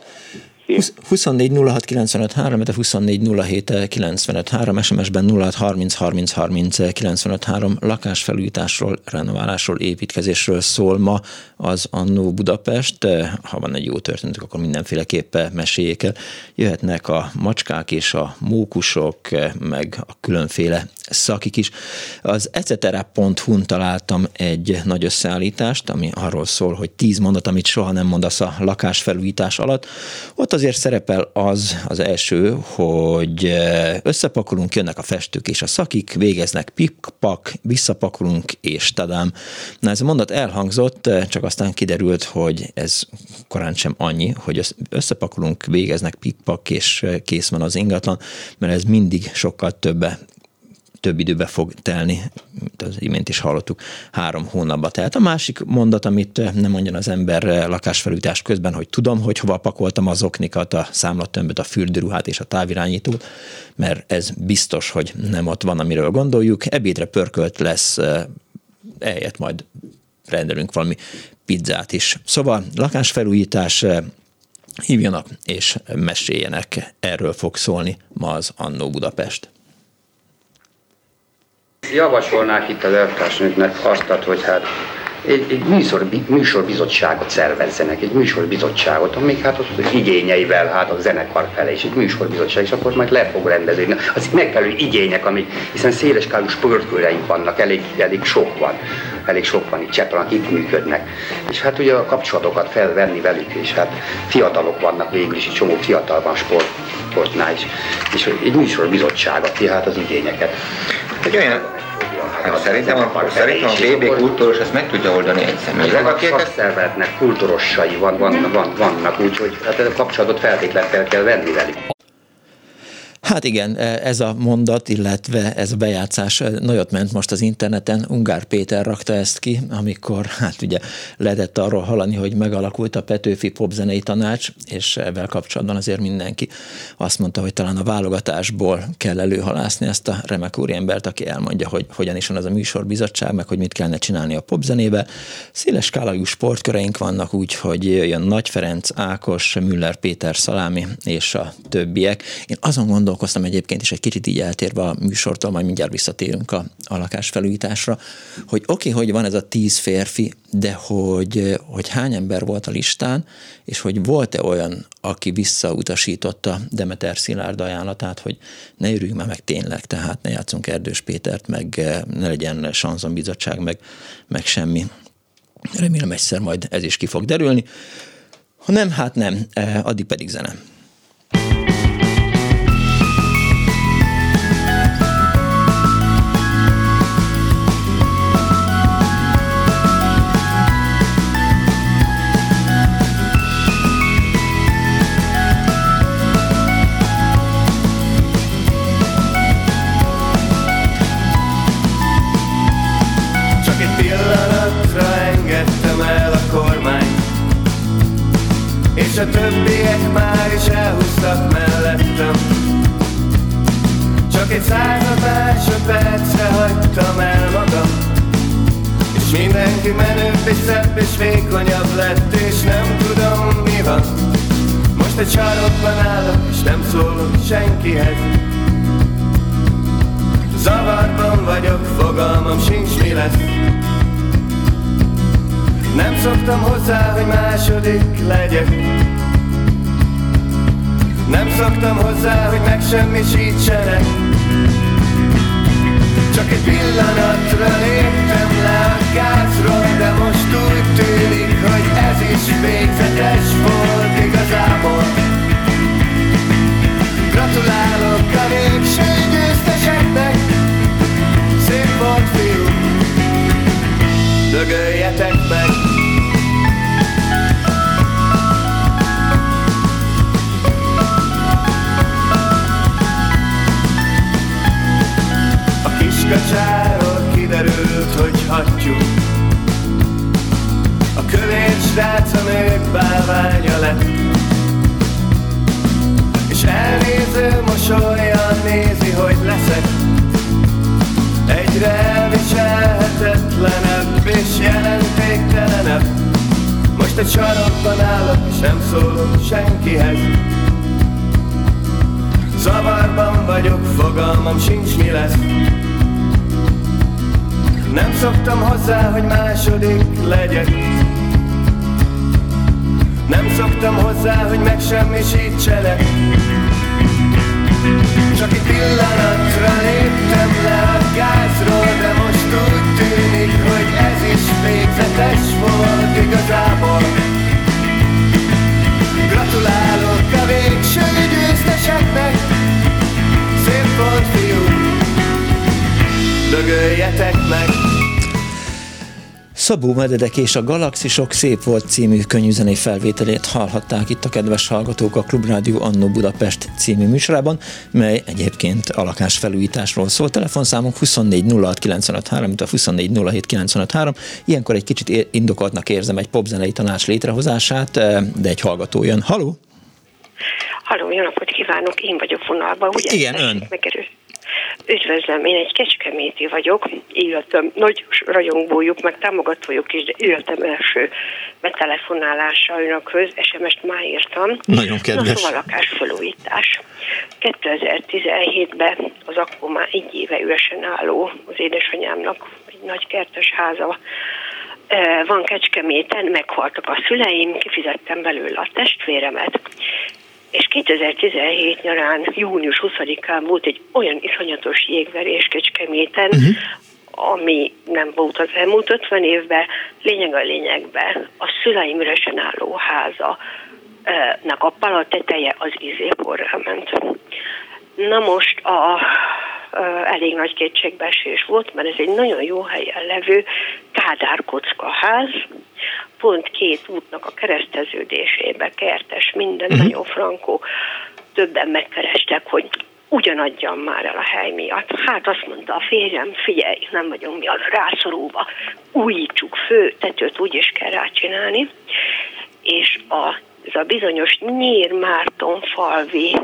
24 06 95 3, 24 07 95 3, SMS-ben 06 30 30 30 95 3, lakásfelújításról, renoválásról, építkezésről szól ma az Annó Budapest. Ha van egy jó történetük, akkor mindenféleképp meséljék el. Jöhetnek a macskák és a mókusok, meg a különféle szakik is. Az etc.hu-n találtam egy nagy összeállítást, ami arról szól, hogy 10 mondat, amit soha nem mondasz a lakásfelújítás alatt. Ott azért szerepel az első, hogy összepakolunk, jönnek a festők és a szakik, végeznek pik-pak, visszapakolunk és tadám. Na, ez a mondat elhangzott, csak aztán kiderült, hogy ez korán sem annyi, hogy összepakolunk, végeznek pik-pak és kész van az ingatlan, mert ez mindig sokkal több időbe fog telni, mint az imént is hallottuk, 3 hónapba. Tehát a másik mondat, amit nem mondjon az ember lakásfelújítás közben, hogy tudom, hogy hova pakoltam az oknikat, a számlatömböt, a fürdőruhát és a távirányítót, mert ez biztos, hogy nem ott van, amiről gondoljuk. Ebédre pörkölt lesz, eljött majd rendelünk valami pizzát is. Szóval lakásfelújítás, hívjanak és meséljenek, erről fog szólni ma az Annó Budapest. Javasolnák itt az elvtársnőknek azt, hogy hát egy műsorbizottságot szervezzenek, egy műsorbizottságot, amik hát az igényeivel, hát a zenekar fele is, egy műsorbizottság, és akkor majd le fog rendezni. Az megfelelő igények, hiszen széleskálú sportkőreink vannak, elég sok van itt Cseppelen, akik működnek. És hát ugye a kapcsolatokat felvenni velük, és hát fiatalok vannak végül is, egy csomó fiatal van sportnál is. És egy műsorbizottság adja hát az igényeket. Hogy olyan, szerintem a VB kultúros ezt meg tudja oldani egy személy. A szakszervezetnek kultúrossai vannak, úgyhogy hát a kapcsolatot feltétlenül kell venni velük. Hát igen, ez a mondat, illetve ez a bejátszás nagyot ment most az interneten. Ungár Péter rakta ezt ki, amikor hát ugye lehetett arról hallani, hogy megalakult a Petőfi Popzenei Tanács, és ezzel kapcsolatban azért mindenki azt mondta, hogy talán a válogatásból kell előhalászni ezt a remek úriembert, aki elmondja, hogy hogyan is van az a műsorbizottság, meg hogy mit kellene csinálni a popzenével. Széles skálájú sportköreink vannak, úgyhogy jön Nagy Ferenc, Ákos, Müller Péter, Szalámi és a többiek. Én azon gondolkoztam egyébként is egy kicsit így eltérve a műsortól, majd mindjárt visszatérünk a lakásfelújításra, hogy oké, hogy van ez a 10 férfi, de hogy hány ember volt a listán, és hogy volt-e olyan, aki visszautasította Demeter Szilárd ajánlatát, hogy ne örüljünk már meg tényleg, tehát ne játszunk Erdős Pétert, meg ne legyen sanzonbizottság, meg semmi. Remélem egyszer majd ez is ki fog derülni. Ha nem, hát nem, addig pedig zene. És a többiek már is elhúztak mellettem. Csak egy 100 másodpercre hagytam el magam, és mindenki menőbb és szebb és vékonyabb lett, és nem tudom mi van. Most egy sarokban állok, és nem szólok senkihez. Zavarban vagyok, fogalmam sincs mi lesz. Nem szoktam hozzá, hogy második legyek. Nem szoktam hozzá, hogy megsemmisítsenek. Csak egy pillanatra léptem le a gázról, de most úgy tűnik, hogy ez is végzetes volt igazából. Gratulálok a végső győzteseknek, szép volt fiú, dögöljetek meg. A kiskacsáról kiderült, hogy hattyú, a kövér srác a nők bálványa lett, és elnéző mosolyan nézi, hogy leszek egyre elviselhetetlenebb és jelentéktelenebb. Most egy sarokban állok, és nem szólok senkihez. Zavarban vagyok, fogalmam sincs, mi lesz. Nem szoktam hozzá, hogy második legyek. Nem szoktam hozzá, hogy megsemmisítsenek. Csak egy pillanatra léptem le a gázról, de most úgy tűnik, hogy ez is végzetes volt igazából. Gratulálok a végső győzteseknek, szép volt fiú, dögöljetek meg. Szabó Mededek és a Galaxisok Szép volt című könnyűzenei felvételét hallhatták itt a kedves hallgatók a Klubrádió Annó Budapest című műsorában, mely egyébként a lakásfelújításról szól. Telefonszámunk 24 06 95 3, mint a 24 07 95 3. Ilyenkor egy kicsit indokoltnak érzem egy popzenei tanács létrehozását, de egy hallgató jön. Haló? Halló, jó napot kívánok, én vagyok vonalban. Ugye? Igen, ön. Üdvözlöm, én egy kecskeméti vagyok, életem nagy rajongójuk, meg támogatójuk is, de életem első betelefonálása önökhöz, SMS-t már írtam. Nagyon kedves. Na, szóval lakásfelújítás. 2017-ben az akkor már egy éve üresen álló az édesanyámnak egy nagy kertes háza van Kecskeméten, meghaltak a szüleim, kifizettem belőle a testvéremet, és 2017 nyarán, június 20-án volt egy olyan iszonyatos jégverés Kecskeméten, ami nem volt az elmúlt 50 évben, lényegben a szüleim üresen álló háza-nak a pala teteje az izéporrá ment. Na most elég nagy kétségbeesés volt, mert ez egy nagyon jó helyen levő kádárkocka ház, pont két útnak a kereszteződésébe, kertes, minden nagyon frankó. Többen megkerestek, hogy ugyanadjam már el a hely miatt. Hát azt mondta a férjem, figyelj, nem vagyunk mi arra rászorulva, újítsuk fő, tetőt úgy is kell rácsinálni. És ez a bizonyos Nyírmártonfalvi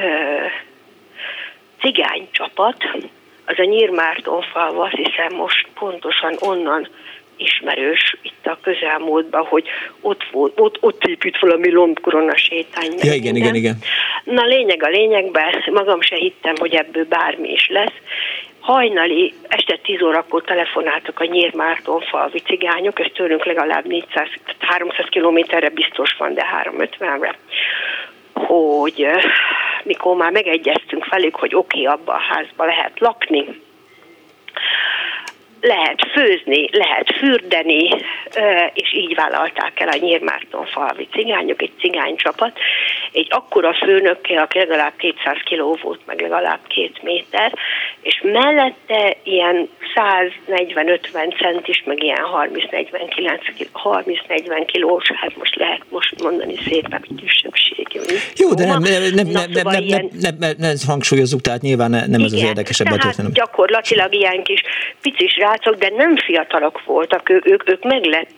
cigánycsapat, az a Nyírmártonfalva, azt hiszem most pontosan onnan ismerős itt a közelmúltban, hogy ott épít valami lombkorona sétány. Ja, igen. Na lényegben, magam se hittem, hogy ebből bármi is lesz. Hajnali, este 10 órakor telefonáltak a Nyírmártonfalvi cigányok, ez tőlünk legalább 300 kilométerre biztos van, de 350-re, hogy mikor már megegyeztünk velük, hogy oké, abban a házban lehet lakni, lehet főzni, lehet fürdeni, és így vállalták el a Nyírmártonfalvi cigányok, egy cigánycsapat, egy akkora főnökkel, aki legalább 200 kiló volt, meg legalább 2 méter, és mellette ilyen 140-50 centis, meg ilyen 30-40 kilós, hát most lehet mondani szépen, hogy kisebbség. Jó, de nem hangsúlyozzuk, tehát nyilván nem ez az érdekesebb a történet. Gyakorlatilag ilyen kis picis rácok, de nem fiatalok voltak, ők meg lett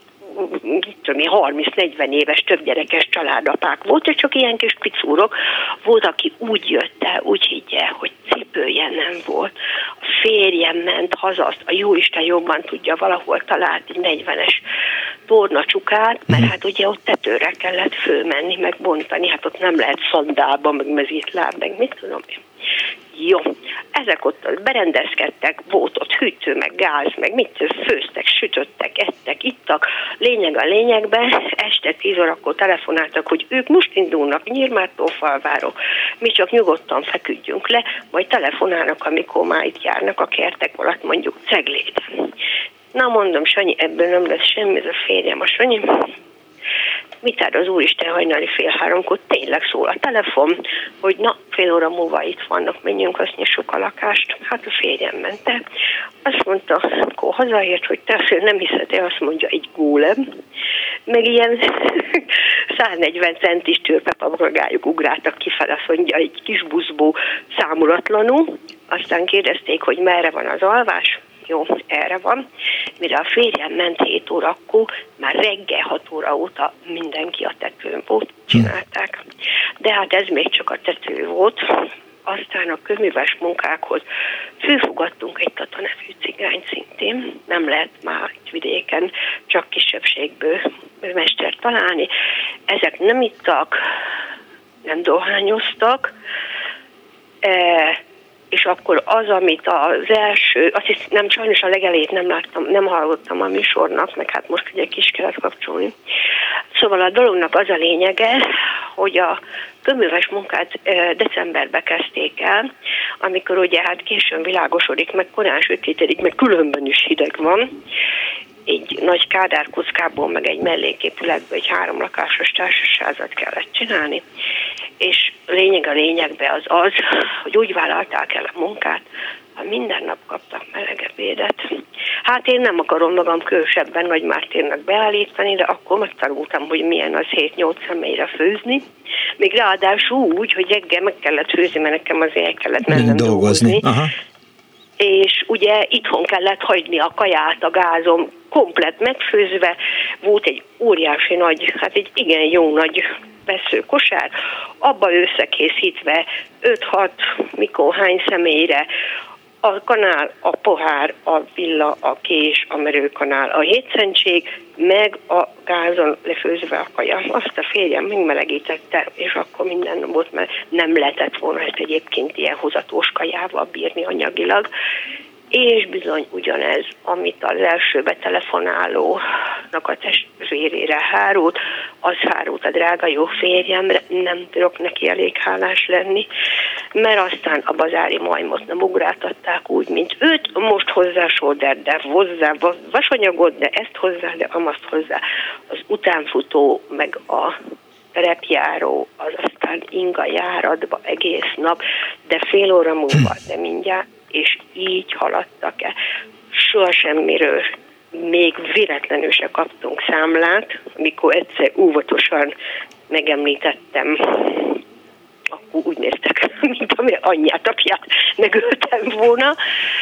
30-40 éves, több gyerekes családapák voltak, csak ilyen kis picúrok. Volt, aki úgy jött el, úgy higgye, hogy cipője nem volt. A férjem ment haza, azt a jóisten jobban tudja, valahol talált egy 40-es tornacsukát, mert hát ugye ott tetőre kellett fölmenni, meg bontani, hát ott nem lehet szandálba, meg mezítláb, meg mit tudom én. Jó, ezek ott berendezkedtek, volt ott hűtő, meg gáz, meg mit főztek, sütöttek, ettek, ittak. Lényeg a lényegben, este 10 órakor telefonáltak, hogy ők most indulnak Nyírmártófalváról, mi csak nyugodtan feküdjünk le, majd telefonálnak, amikor már itt járnak a kertek alatt, mondjuk Cegléden. Na mondom, Sanyi, ebből nem lesz semmi, ez a férjem, a Sanyi. Mit áll az Úristen hajnali 2:30-kor, tényleg szól a telefon, hogy na, fél óra múlva itt vannak, menjünk, azt nyissuk a lakást. Hát a férjem ment el. Azt mondta, akkor hazaért, hogy te azt nem hiszed el, azt mondja, egy gólem, meg ilyen 140 centis törpepabragályok ugráltak kifele, azt mondja, egy kis buszbó számolatlanul. Aztán kérdezték, hogy merre van az alvás. Jó, erre van. Mire a férjem ment 7 órakor, már reggel 6 óra óta mindenki a tetőn volt, csinálták. De hát ez még csak a tető volt. Aztán a kőműves munkákhoz fölfogadtunk egy Tata nevű cigányt szintén. Nem lehet már itt vidéken csak kisebbségből mestert találni. Ezek nem ittak, nem dohányoztak, és akkor az, amit az első, azt hiszem, nem, sajnos a legelejét nem láttam, nem hallottam a műsornak, meg hát most ugye kis kellett kapcsolni. Szóval a dolognak az a lényege, hogy a kőműves munkát decemberbe kezdték el, amikor ugye hát későn világosodik, meg korán sötétedik, meg különben is hideg van. Egy nagy kádárkockából, meg egy melléképületből egy 3 lakásos társasházat kellett csinálni, és lényeg a lényegben az, hogy úgy vállalták el a munkát, ha minden nap kaptak meleg ebédet. Hát én nem akarom magam különösebben Nagy Márténnak beállítani, de akkor megtanultam, hogy milyen az 7-8 személyre főzni. Még ráadásul úgy, hogy reggel meg kellett főzni, mert nekem azért el kellett mennem dolgozni. Aha. És ugye itthon kellett hagyni a kaját a gázon komplett megfőzve, volt egy óriási nagy, hát egy igen jó nagy veszőkosár, abba összekészítve 5-6, mikor hány személyre, a kanál, a pohár, a villa, a kés, a merőkanál, a hétszentség, meg a gázon lefőzve a kaja. Azt a férjem megmelegítette, és akkor minden volt, mert nem lehetett volna ezt egyébként ilyen hozatós kajával bírni anyagilag. És bizony ugyanez, amit az első betelefonálónak a testvérére hárult, az hárult a drága jó férjemre, nem tudok neki elég hálás lenni, mert aztán a bazári majmot nem ugráltatták úgy, mint őt, most hozzá sóder, de hozzá vasanyagot, de ezt hozzá, de amazt hozzá. Az utánfutó, meg a terepjáró, az aztán inga járatba egész nap, de fél óra múlva, de mindjárt, és így haladtak el. Soha semmiről, még véletlenül se kaptunk számlát, amikor egyszer óvatosan megemlítettem, akkor úgy néztek, mint ami anyját, apját megöltem volna,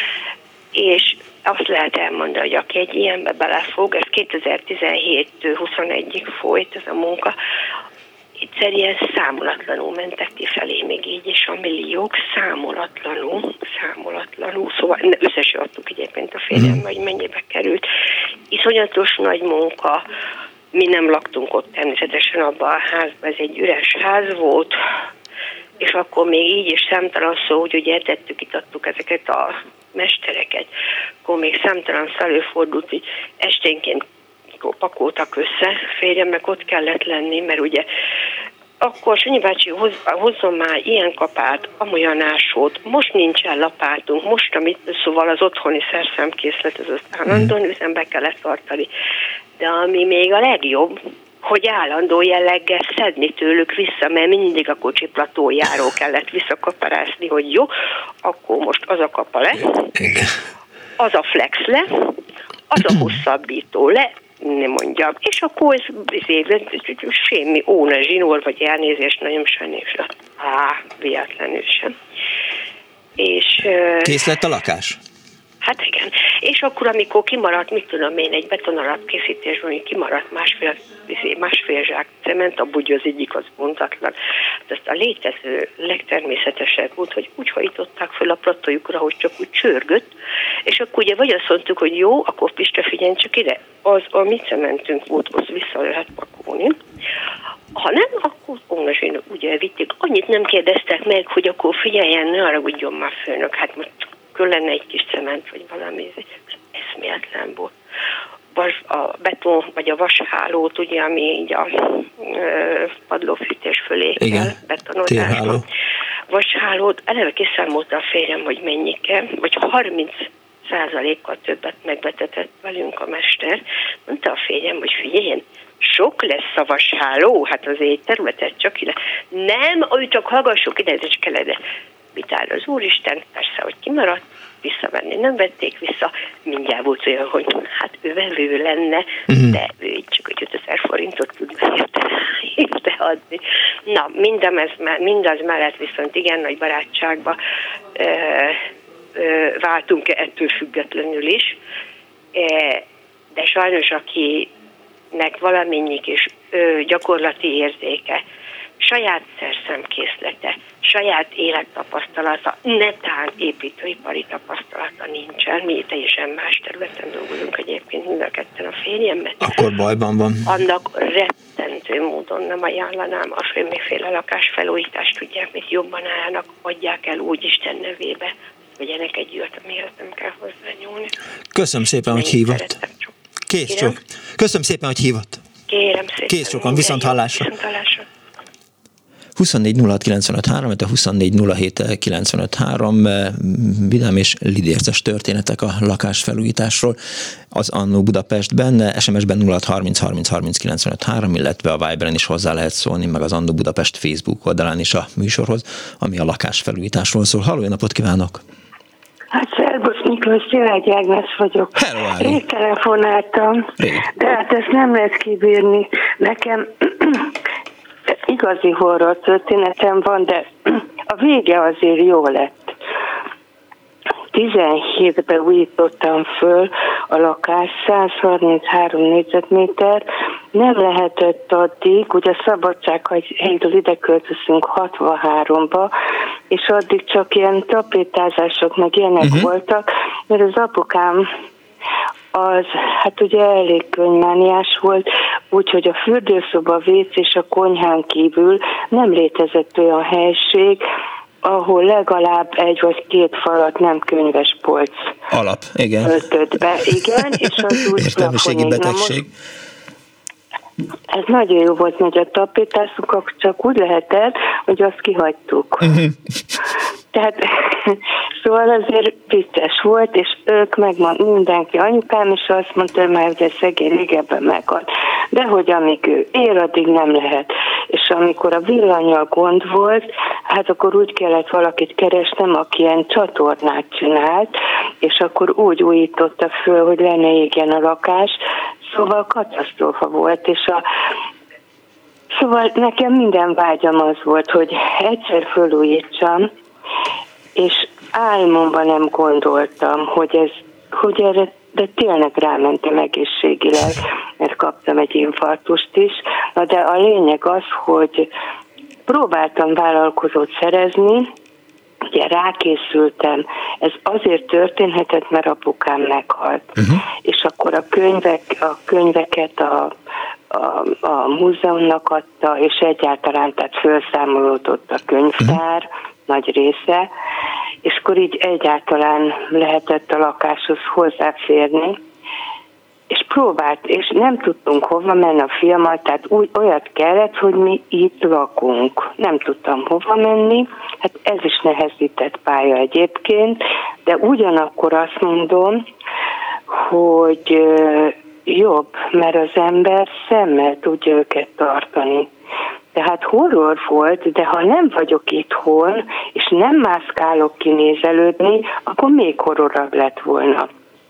és azt lehet elmondani, hogy aki egy ilyenbe belefog, ez 2017-től 21-ig folyt ez a munka, egyszerűen számolatlanul mentek kifelé, még így is a milliók, számolatlanul, szóval összesen adtuk egyébként a férjem, hogy mennyibe került. Iszonyatos nagy munka, mi nem laktunk ott természetesen abban a házban, ez egy üres ház volt, és akkor még így is számtalan szó, hogy ugye etettük, itattuk ezeket a mestereket, akkor még számtalan előfordult, hogy esténként pakoltak össze, férjemnek ott kellett lenni, mert ugye akkor Sanyi bácsi hozzon már ilyen kapát, amolyan ásót, most nincsen lapátunk, most szóval az otthoni szerszámkészlet, az állandóan üzembe kellett tartani. De ami még a legjobb, hogy állandó jelleggel szedni tőlük vissza, mert mindig a kocsiplatójáról kellett visszakaparászni, hogy jó, akkor most az a kapa le, az a flex le, az a hosszabbító le, nem mondjam. És akkor ez semmi óna zsinór, vagy elnézést, nagyon sajnos. Véletlenül sem. És... Kész lett a lakás? Hát igen. És akkor, amikor kimaradt, mit tudom én, egy betonalapkészítésben, hogy kimaradt másfél zsák cement, abban ugye az egyik az bontatlan. Ezt a létező legtermészetesebb volt, hogy úgy hajtották föl a platójukra, hogy csak úgy csörgött, és akkor ugye vagy azt mondtuk, hogy jó, akkor Pista, figyelj csak ide, az a mi cementünk volt, az vissza lehet pakolni. Ha nem, akkor Nos, én úgy elvitték, annyit nem kérdeztek meg, hogy akkor figyeljen, ne haragudjon már főnök, hát most lenne egy kis cement, vagy valami, eszméletlen volt. A beton, vagy a vashálót, ugye, ami így a padlófűtés fölé kell betonozásban. Vashálót, eleve kiszámolta a férjem, hogy mennyi kell, vagy 30%-kal többet megvetetett velünk a mester. Mondta a férjem, hogy figyeljen, sok lesz a vasháló, hát az egy területet csak ide. Nem, ő csak hallgassuk ide, ez is kellene. Mit áll az Úristen, persze, hogy kimaradt, visszavenni nem vették vissza, mindjárt volt olyan, hogy hát ő vevő lenne, de ő így csak 5000 forintot tud érte adni. Na, mindaz mellett viszont igen nagy barátságba váltunk ettől függetlenül is, de sajnos akinek valamennyik is gyakorlati érzéke, saját szerszemkészlete, saját élettapasztalata, netán építőipari tapasztalata nincsen. Mi teljesen más területen dolgozunk egyébként mind a ketten a férjemmel. Akkor bajban van. Annak rettentő módon nem ajánlanám a semmiféle lakásfelújítást, tudják, mit jobban állnak, adják el úgy Isten nevébe, vegyenek egy ilyet, amihez nem kell hozzányúlni. Köszönöm szépen, hogy hívott. Kész csak. Köszönöm szépen, hogy hívott. Kérem szépen. Kész sokan, viszont hallásra. 24 06 95 3, de 24 07 95 3 vidám és lidérces történetek a lakásfelújításról az Annó Budapestben, SMS-ben 06 30 30 30 95 3, illetve a Viberen is hozzá lehet szólni, meg az Annó Budapest Facebook oldalán is a műsorhoz, ami a lakásfelújításról szól. Halló, jó napot kívánok! Hát szervusz Miklós, Szilágyi Ágnes vagyok. Rég telefonáltam, de hát ezt nem lehet kibírni. Nekem igazi horror történetem van, de a vége azért jó lett. 17-ben újítottam föl a lakást, 133 négyzetméter, nem lehetett addig, ugye a Szabadsághegyről ide költözünk 63-ba, és addig csak ilyen tapétázások meg ilyenek voltak, mert az apukám az, hát ugye elég könyvmániás volt, úgyhogy a fürdőszoba, a WC és a konyhán kívül nem létezett olyan helység, ahol legalább egy vagy két falat nem könyves polc alap, igen. Öltött be, igen, és az úgy értelmiségi betegség. Ez nagyon jó volt, hogy a tapétázunk, csak úgy lehetett, hogy azt kihagytuk. Tehát, szóval azért vicces volt, és ők mindenki, anyukám is azt mondta, hogy már ugye szegény régebben meghalt. De hogy amíg ő ér, addig nem lehet. És amikor a villannyal gond volt, hát akkor úgy kellett valakit keresnem, aki ilyen csatornát csinált, és akkor úgy újította föl, hogy le ne égjen a lakás. Szóval katasztrófa volt, és szóval nekem minden vágyam az volt, hogy egyszer fölújítsam, és álmomban nem gondoltam, hogy erre, de tényleg rámentem egészségileg, mert kaptam egy infarktust is. Na de a lényeg az, hogy próbáltam vállalkozót szerezni, ugye rákészültem, ez azért történhetett, mert apukám meghalt. És akkor a könyveket a múzeumnak adta, és egyáltalán tehát felszámolódott a könyvtár nagy része, és akkor így egyáltalán lehetett a lakáshoz hozzáférni, és próbált, és nem tudtunk hova menni a fiammal, tehát olyat kellett, hogy mi itt lakunk. Nem tudtam hova menni, hát ez is nehezített pálya egyébként, de ugyanakkor azt mondom, hogy jobb, mert az ember szemmel tudja őket tartani. Tehát horror volt, de ha nem vagyok itthon, és nem mászkálok kinézelődni, akkor még horrorabb lett volna.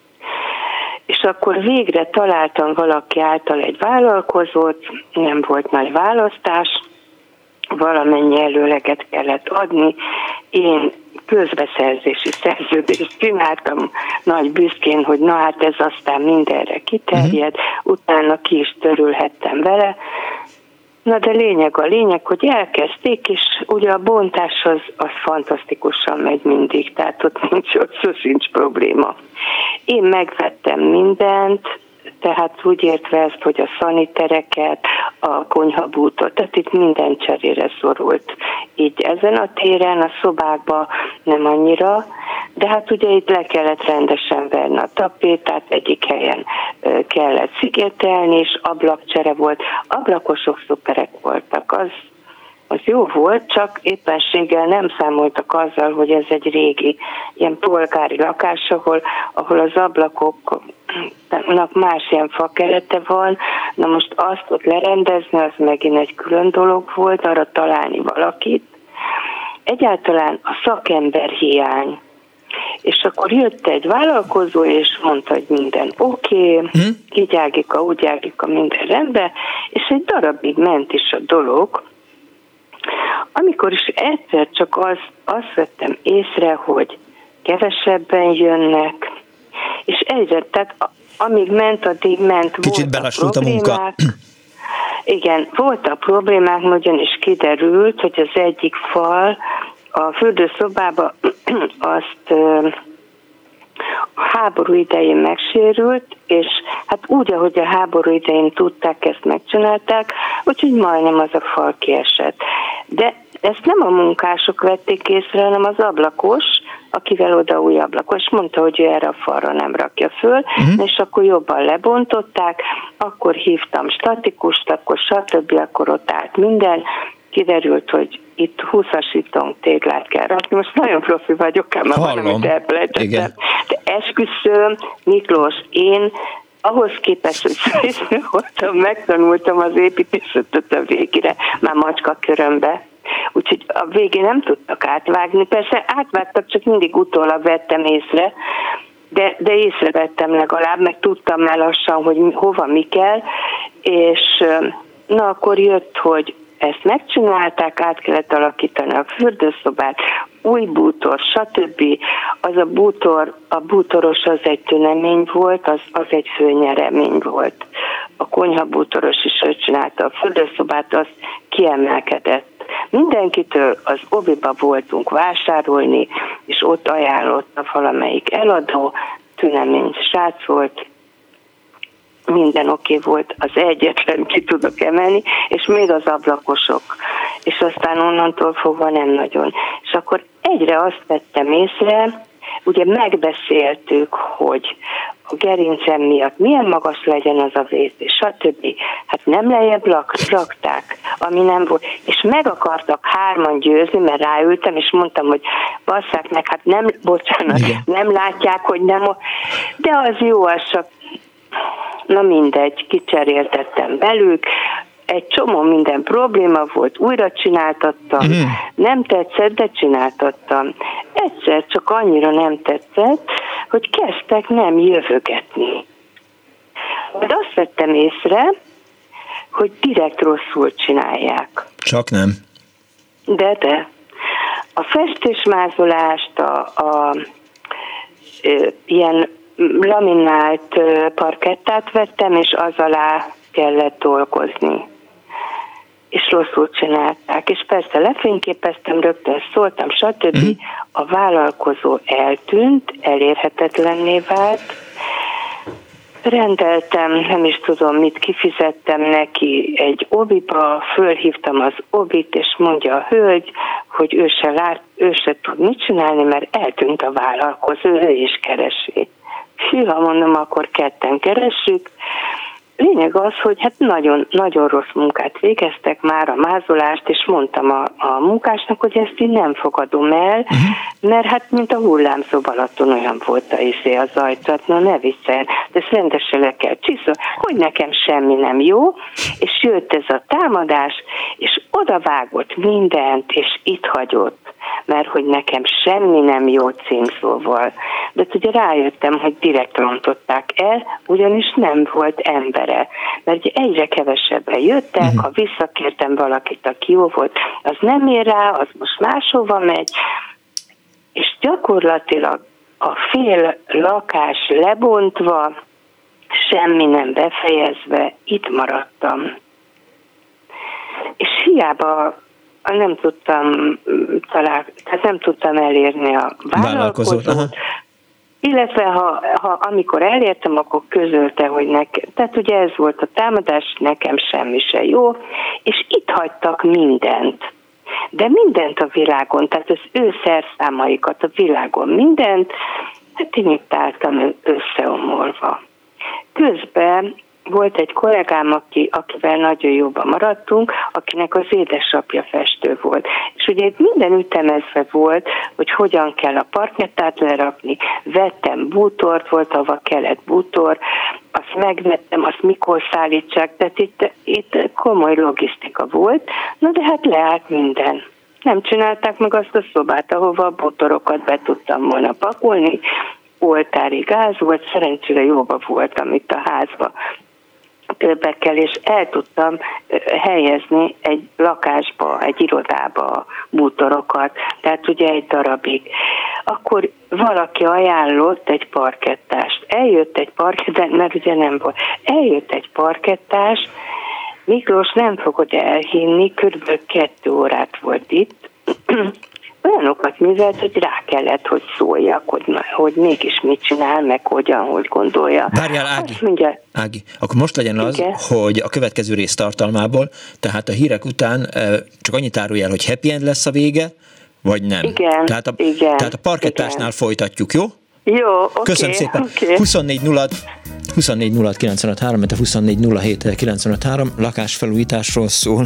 És akkor végre találtam valaki által egy vállalkozót, nem volt nagy választás, valamennyi előleget kellett adni. Én közbeszerzési szerződést csináltam nagy büszkén, hogy na hát ez aztán mindenre kiterjed, utána ki is törülhettem vele. Na de a lényeg, hogy elkezdték, és ugye a bontás az fantasztikusan megy mindig, tehát ott sincs probléma. Én megvettem mindent, tehát úgy értve ezt, hogy a szanitereket, a konyhabútor, tehát itt minden cserére szorult. Így ezen a téren, a szobákban nem annyira, de hát ugye itt le kellett rendesen verni a tapétát, egyik helyen kellett szigetelni, és ablakcsere volt. Ablakosok szuperek voltak, az jó volt, csak éppenséggel nem számoltak azzal, hogy ez egy régi ilyen polgári lakás, ahol az ablakoknak más ilyen fakerete van. Na most azt ott lerendezni, az megint egy külön dolog volt, arra találni valakit. Egyáltalán a szakember hiány. És akkor jött egy vállalkozó, és mondta, hogy minden oké, így ágika, úgy ágika, minden rendben, és egy darabig ment is a dolog, amikor is egyszer csak azt vettem észre, hogy kevesebben jönnek, és egyre, tehát amíg ment, addig ment. Kicsit belassult a munka. Igen, voltak problémák, ugyanis kiderült, hogy az egyik fal a fürdőszobában azt a háború idején megsérült, és hát úgy, ahogy a háború idején tudták, ezt megcsinálták, úgyhogy majdnem az a fal kiesett. De ezt nem a munkások vették észre, hanem az ablakos, akivel oda új ablakos, mondta, hogy ő erre a falra nem rakja föl, és akkor jobban lebontották, akkor hívtam statikust, akkor stb., akkor ott állt minden, kiderült, hogy itt 20-asítónk téglát kell rakni. Most nagyon profi vagyok, ám valamit elfelejtettem. De esküszöm, Miklós, én ahhoz képest, hogy szülésznő voltam, megtanultam az építészetet a végére, már macskakörömbe. Úgyhogy a végén nem tudtak átvágni. Persze átvágtak, csak mindig utólag vettem észre, de észrevettem legalább, meg tudtam már lassan, hogy hova mi kell, és na akkor jött, hogy ezt megcsinálták, át kellett alakítani a fürdőszobát, új bútor, stb. Az a bútoros az egy tünemény volt, az egy főnyeremény volt. A konyhabútoros is ő csinálta a fürdőszobát, az kiemelkedett. Mindenkitől az Obiba voltunk vásárolni, és ott ajánlott valamelyik eladó, tünemény srác volt, minden oké volt, az egyetlen ki tudok emelni, és még az ablakosok. És aztán onnantól fogva nem nagyon. És akkor egyre azt vettem észre, ugye megbeszéltük, hogy a gerincem miatt milyen magas legyen az a WC, stb. Hát nem lejjebb rakták, ami nem volt. És meg akartak hárman győzni, mert ráültem, és mondtam, hogy basszák meg, hát nem, bocsánat, nem látják, hogy nem. De az jó, az csak, na mindegy, kicseréltettem belük, egy csomó minden probléma volt, újra csináltattam, nem tetszett, de csináltattam. Egyszer csak annyira nem tetszett, hogy kezdtek nem jövögetni. De azt vettem észre, hogy direkt rosszul csinálják. Csak nem. De. A festésmázolást, ilyen laminált parkettát vettem, és az alá kellett dolgozni. És rosszul csinálták. És persze lefényképeztem, rögtön szóltam, stb. A vállalkozó eltűnt, elérhetetlenné vált. Rendeltem, nem is tudom mit, kifizettem neki egy Obiba, fölhívtam az Obit, és mondja a hölgy, hogy ő se tud mit csinálni, mert eltűnt a vállalkozó, ő is keresi. Hűha, mondom, akkor ketten keressük. Lényeg az, hogy hát nagyon, nagyon rossz munkát végeztek már, a mázolást, és mondtam a munkásnak, hogy ezt így nem fogadom el, mert hát mint a hullámzó Balaton olyan volt az ajcat, na ne vicceljen, de ezt rendesen le kell csiszolni, hogy nekem semmi nem jó, és jött ez a támadás, és odavágott mindent, és itt hagyott, mert hogy nekem semmi nem jó címszóval. De ugye rájöttem, hogy direkt rontották el, ugyanis nem volt embere. Mert ugye egyre kevesebben jöttek, ha visszakértem valakit, aki jó volt, az nem ér rá, az most máshova megy, és gyakorlatilag a fél lakás lebontva, semmi nem befejezve, itt maradtam. És hiába nem tudtam elérni a vállalkozót. Illetve amikor elértem, akkor közölte, hogy nekem, tehát ugye ez volt a támadás, nekem semmi se jó, és itt hagytak mindent. De mindent a világon, tehát az ő szerszámaikat a világon, mindent, hát én itt álltam összeomolva. Közben volt egy kollégám, akivel nagyon jobban maradtunk, akinek az édesapja festő volt. És ugye itt minden ütemezve volt, hogy hogyan kell a parkettát lerakni. Vettem bútort, volt, ahova kellett bútor, azt megvettem, azt mikor szállítsák, tehát itt komoly logisztika volt. Na de hát leállt minden. Nem csinálták meg azt a szobát, ahova a bútorokat be tudtam volna pakolni. Oltári gáz volt, szerencsére jóba voltam itt a házba többekkel, és el tudtam helyezni egy lakásba, egy irodába a bútorokat, tehát ugye egy darabig. Akkor valaki ajánlott egy parkettást. Eljött egy parkettás, mert ugye nem volt. Eljött egy parkettás, Miklós, nem fogod elhinni, kb. 2 órát volt itt, olyanokat művelt, hogy rá kellett, hogy szóljak, hogy mégis mit csinál, meg hogyan, hogy gondolja. Várjál, Ági, akkor most legyen az, igen, hogy a következő rész tartalmából, tehát a hírek után csak annyit árulj el, hogy happy end lesz a vége, vagy nem. Igen, tehát a parkettásnál igen, folytatjuk, jó? Jó, oké. Köszönöm szépen. Okay. 24 06 953, mert a 24 07 953 lakásfelújításról szól.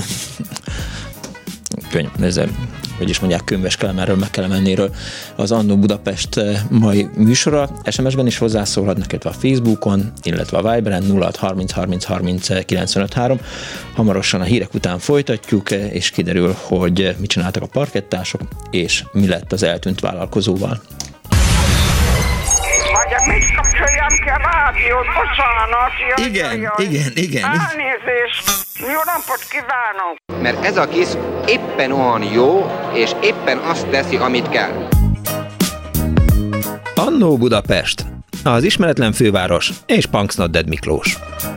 Hogy is mondják, Könyves Kelemenről, Megkelemennéről az Annó Budapest mai műsora. SMS-ben is hozzászólhatnak, illetve a Facebookon, illetve a Viberen 06 30 30 30 953. Hamarosan a hírek után folytatjuk, és kiderül, hogy mit csináltak a parkettások, és mi lett az eltűnt vállalkozóval. Mit kapcsoljam ki a rádiót? Bocsánat. Igen. Elnézést. Jó napot kívánok. Mert ez a kis éppen olyan jó, és éppen azt teszi, amit kell. Annó Budapest, az ismeretlen főváros és Punks Not Dead Miklós.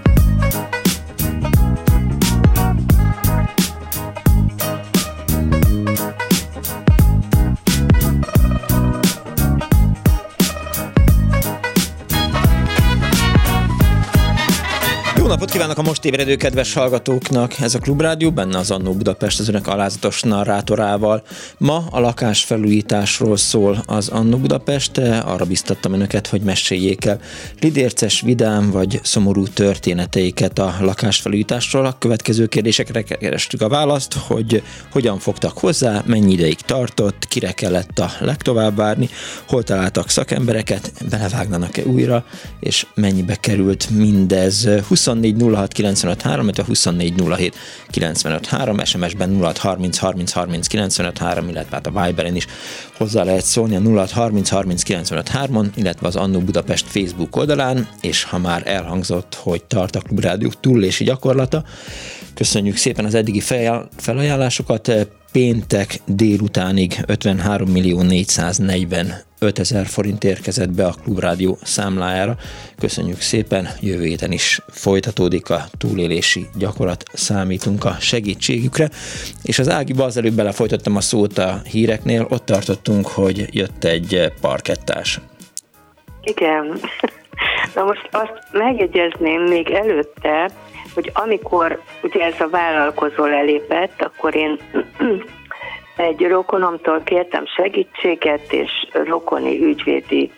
Jó napot kívánok a most ébredő kedves hallgatóknak! Ez a Klubrádió, benne az Annó Budapest az önök alázatos narrátorával. Ma a lakásfelújításról szól az Annó Budapest. Arra biztattam önöket, hogy meséljék el lidérces, vidám vagy szomorú történeteiket a lakásfelújításról. A következő kérdésekre kerestük a választ, hogy hogyan fogtak hozzá, mennyi ideig tartott, kire kellett a legtovább várni, hol találtak szakembereket, belevágnának-e újra, és mennyibe került mindez. 24 06 953, illetve 24 07 953, SMS-ben 06 30 30 30 953, illetve hát a Viberen is hozzá lehet szólni a 06 30 30 953-on, illetve az Annó Budapest Facebook oldalán, és ha már elhangzott, hogy tart a Klubrádió túlélési gyakorlata, köszönjük szépen az eddigi felajánlásokat. Péntek délutánig 53 445 000 forint érkezett be a Klubrádió számlájára. Köszönjük szépen, jövő héten is folytatódik a túlélési gyakorlat, számítunk a segítségükre. És az Ágiba az előbb belefolytottam a szót a híreknél, ott tartottunk, hogy jött egy parkettás. Igen. Na most azt megjegyezném még előtte, hogy amikor ugye ez a vállalkozó lelépett, akkor én egy rokonomtól kértem segítséget, és rokoni ügyvédi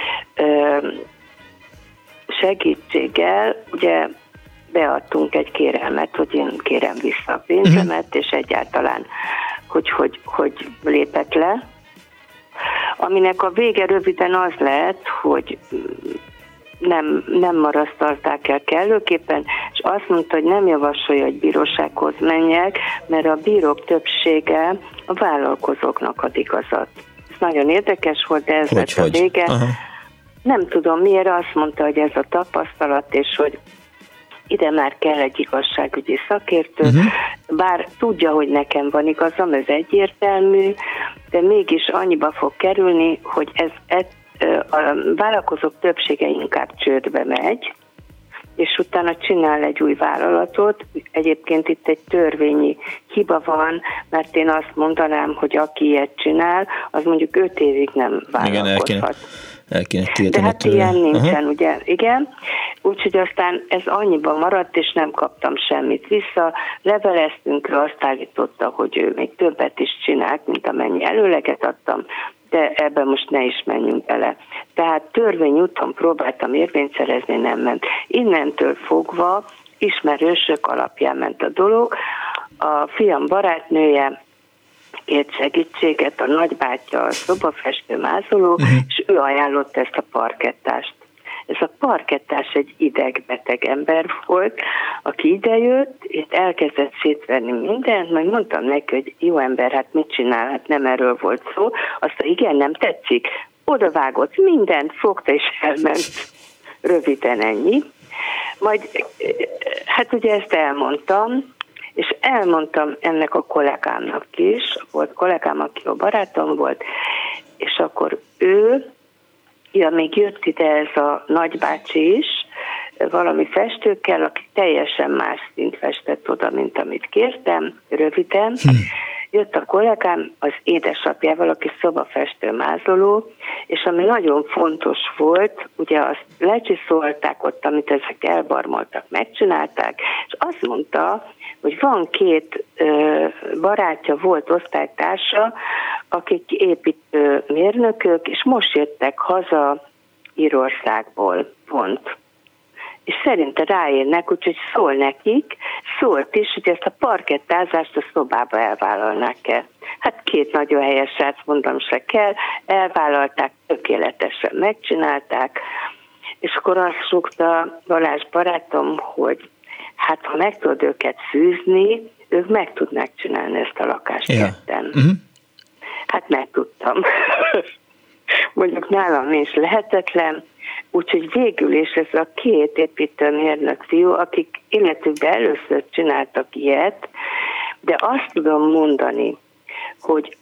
segítséggel ugye beadtunk egy kérelmet, hogy én kérem vissza a pénzemet, és egyáltalán, hogy lépett le. Aminek a vége röviden az lett, hogy nem marasztalták el kellőképpen, és azt mondta, hogy nem javasolja, hogy bírósághoz menjek, mert a bírók többsége a vállalkozóknak ad igazat. Ez nagyon érdekes volt, de ez lett a vége. Aha. Nem tudom miért, azt mondta, hogy ez a tapasztalat, és hogy ide már kell egy igazságügyi szakértő, bár tudja, hogy nekem van igazam, ez egyértelmű, de mégis annyiba fog kerülni, hogy a vállalkozók többsége inkább csődbe megy, és utána csinál egy új vállalatot. Egyébként itt egy törvényi hiba van, mert én azt mondanám, hogy aki ilyet csinál, az mondjuk 5 évig nem vállalkozhat. el kéne tiltani. De hát ilyen nincsen, ugye? Igen. Úgyhogy aztán ez annyiban maradt, és nem kaptam semmit vissza. Leveleztünk, ő azt állította, hogy ő még többet is csinált, mint amennyi előleget adtam, de ebben most ne is menjünk bele. Tehát törvényúton próbáltam érvényt szerezni, nem ment. Innentől fogva ismerősök alapján ment a dolog. A fiam barátnője kért segítséget, a nagybátyja a szobafestő mázoló, és ő ajánlott ezt a parkettást. Ez a parkettás egy idegbeteg ember volt, aki idejött, itt elkezdett szétverni mindent, majd mondtam neki, hogy jó ember, hát mit csinál, hát nem erről volt szó. Azt igen, nem tetszik. Odavágott mindent, fogta és elment. Röviden ennyi. Majd, hát ugye ezt elmondtam, és elmondtam ennek a kollégámnak is, volt kollégám, aki a barátom volt, és akkor ő, még jött ide ez a nagybácsi is, valami festőkkel, aki teljesen más szint festett oda, mint amit kértem, röviden. Jött a kollégám az édesapjával, aki szobafestő mázoló, és ami nagyon fontos volt, ugye azt lecsiszolták ott, amit ezek elbarmoltak, megcsinálták, és azt mondta, hogy van két barátja, volt osztálytársa, akik építő mérnökök, és most jöttek haza Írországból, pont. És szerinte ráérnek, úgyhogy szól nekik, szólt is, hogy ezt a parkettázást a szobába elvállalnák-e. Hát két nagyon helyes srác, mondom se kell, elvállalták, tökéletesen megcsinálták, és akkor azt rúgta Balázs barátom, hogy hát ha meg tudod őket fűzni, ők meg tudnák csinálni ezt a lakást ketten. Hát megtudtam. Mondjuk nálam is lehetetlen, úgyhogy végül is ez a két építőmérnök fiú, akik életükben először csináltak ilyet, de azt tudom mondani, hogy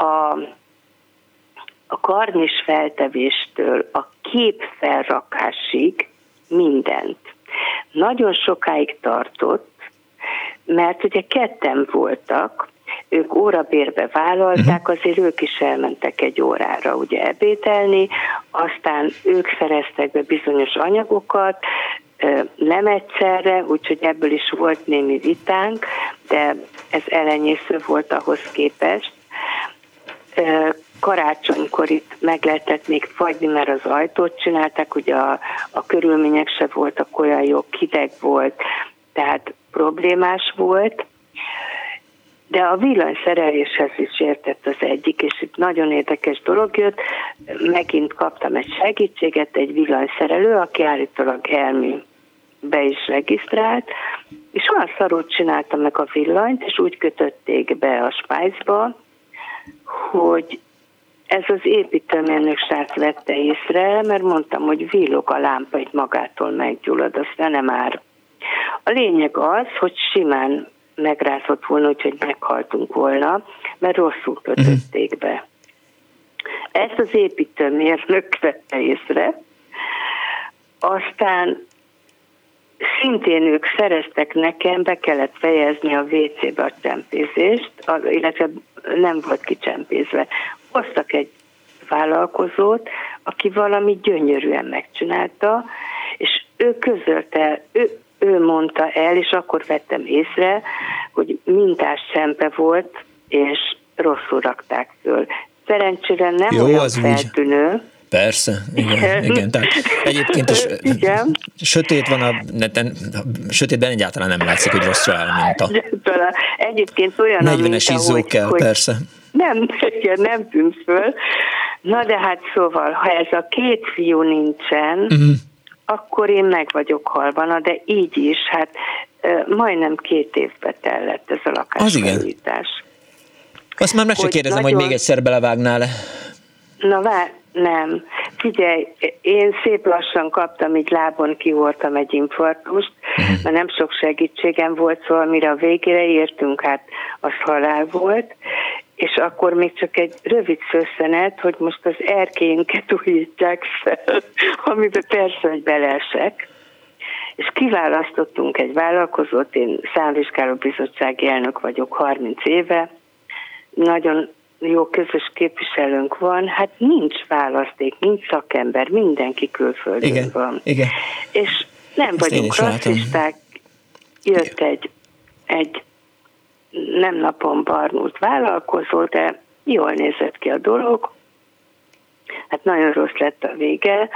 a karnis feltevéstől a kép felrakásig mindent. Nagyon sokáig tartott, mert ugye ketten voltak, ők órabérbe vállalták, azért ők is elmentek egy órára ugye ebédelni, aztán ők szereztek be bizonyos anyagokat, nem egyszerre, úgyhogy ebből is volt némi vitánk, de ez elenyésző volt ahhoz képest. Karácsonykor itt meg lehetett még fagyni, mert az ajtót csinálták, ugye a körülmények se voltak olyan jó, hideg volt, tehát problémás volt. De a villanyszereléshez is értett az egyik, és itt nagyon érdekes dolog jött. Megint kaptam egy segítséget, egy villanyszerelő, aki állítólag elműbe is regisztrált, és olyan szarul csinálta meg a villanyt, és úgy kötötték be a spájzba, hogy ez az építőmérnök srác vette észre, mert mondtam, hogy villog a lámpa, itt magától meggyullad, aztán nem ár. A lényeg az, hogy simán megrázott volna, úgyhogy meghaltunk volna, mert rosszul kötötték be. Ezt az építőmérnök vette észre, aztán szintén ők szereztek nekem, be kellett fejezni a WC-be a csempészést, illetve nem volt kicsempészve. Hoztak egy vállalkozót, aki valami gyönyörűen megcsinálta, és ő közölte, ő mondta el, és akkor vettem észre, hogy mintás csempe volt, és rosszul rakták föl. Szerencsére nem jó, olyan feltűnő. Úgy. Persze, igen. Tehát egyébként is sötét van, sötétben egyáltalán nem látszik, hogy rosszul áll a minta. Egyébként olyan 40-es izzó kell, persze. Nem tűnt föl. Na de hát szóval, ha ez a két fiú nincsen, akkor én meg vagyok halva, de így is, hát majdnem 2 évbe tellett ez a lakásfelújítás. Azt már meg se kérdezem, nagyon... hogy még egyszer belevágnál-e. Nem. Figyelj, én szép lassan kaptam, így lábon kihordtam egy infarktust, mert nem sok segítségem volt, szóval mire a végére értünk, hát az halál volt, és akkor még csak egy rövid szösszenet, hogy most az erkélyünket újítják fel, amiben persze, hogy beleesek. És kiválasztottunk egy vállalkozót, én számvizsgálóbizottsági elnök vagyok 30 éve, nagyon jó közös képviselőnk van, hát nincs választék, nincs szakember, mindenki külföldön van. Igen. És nem ezt vagyunk rasszisták, jött egy nem napon barnult vállalkozó, de jól nézett ki a dolog. Hát nagyon rossz lett a vége,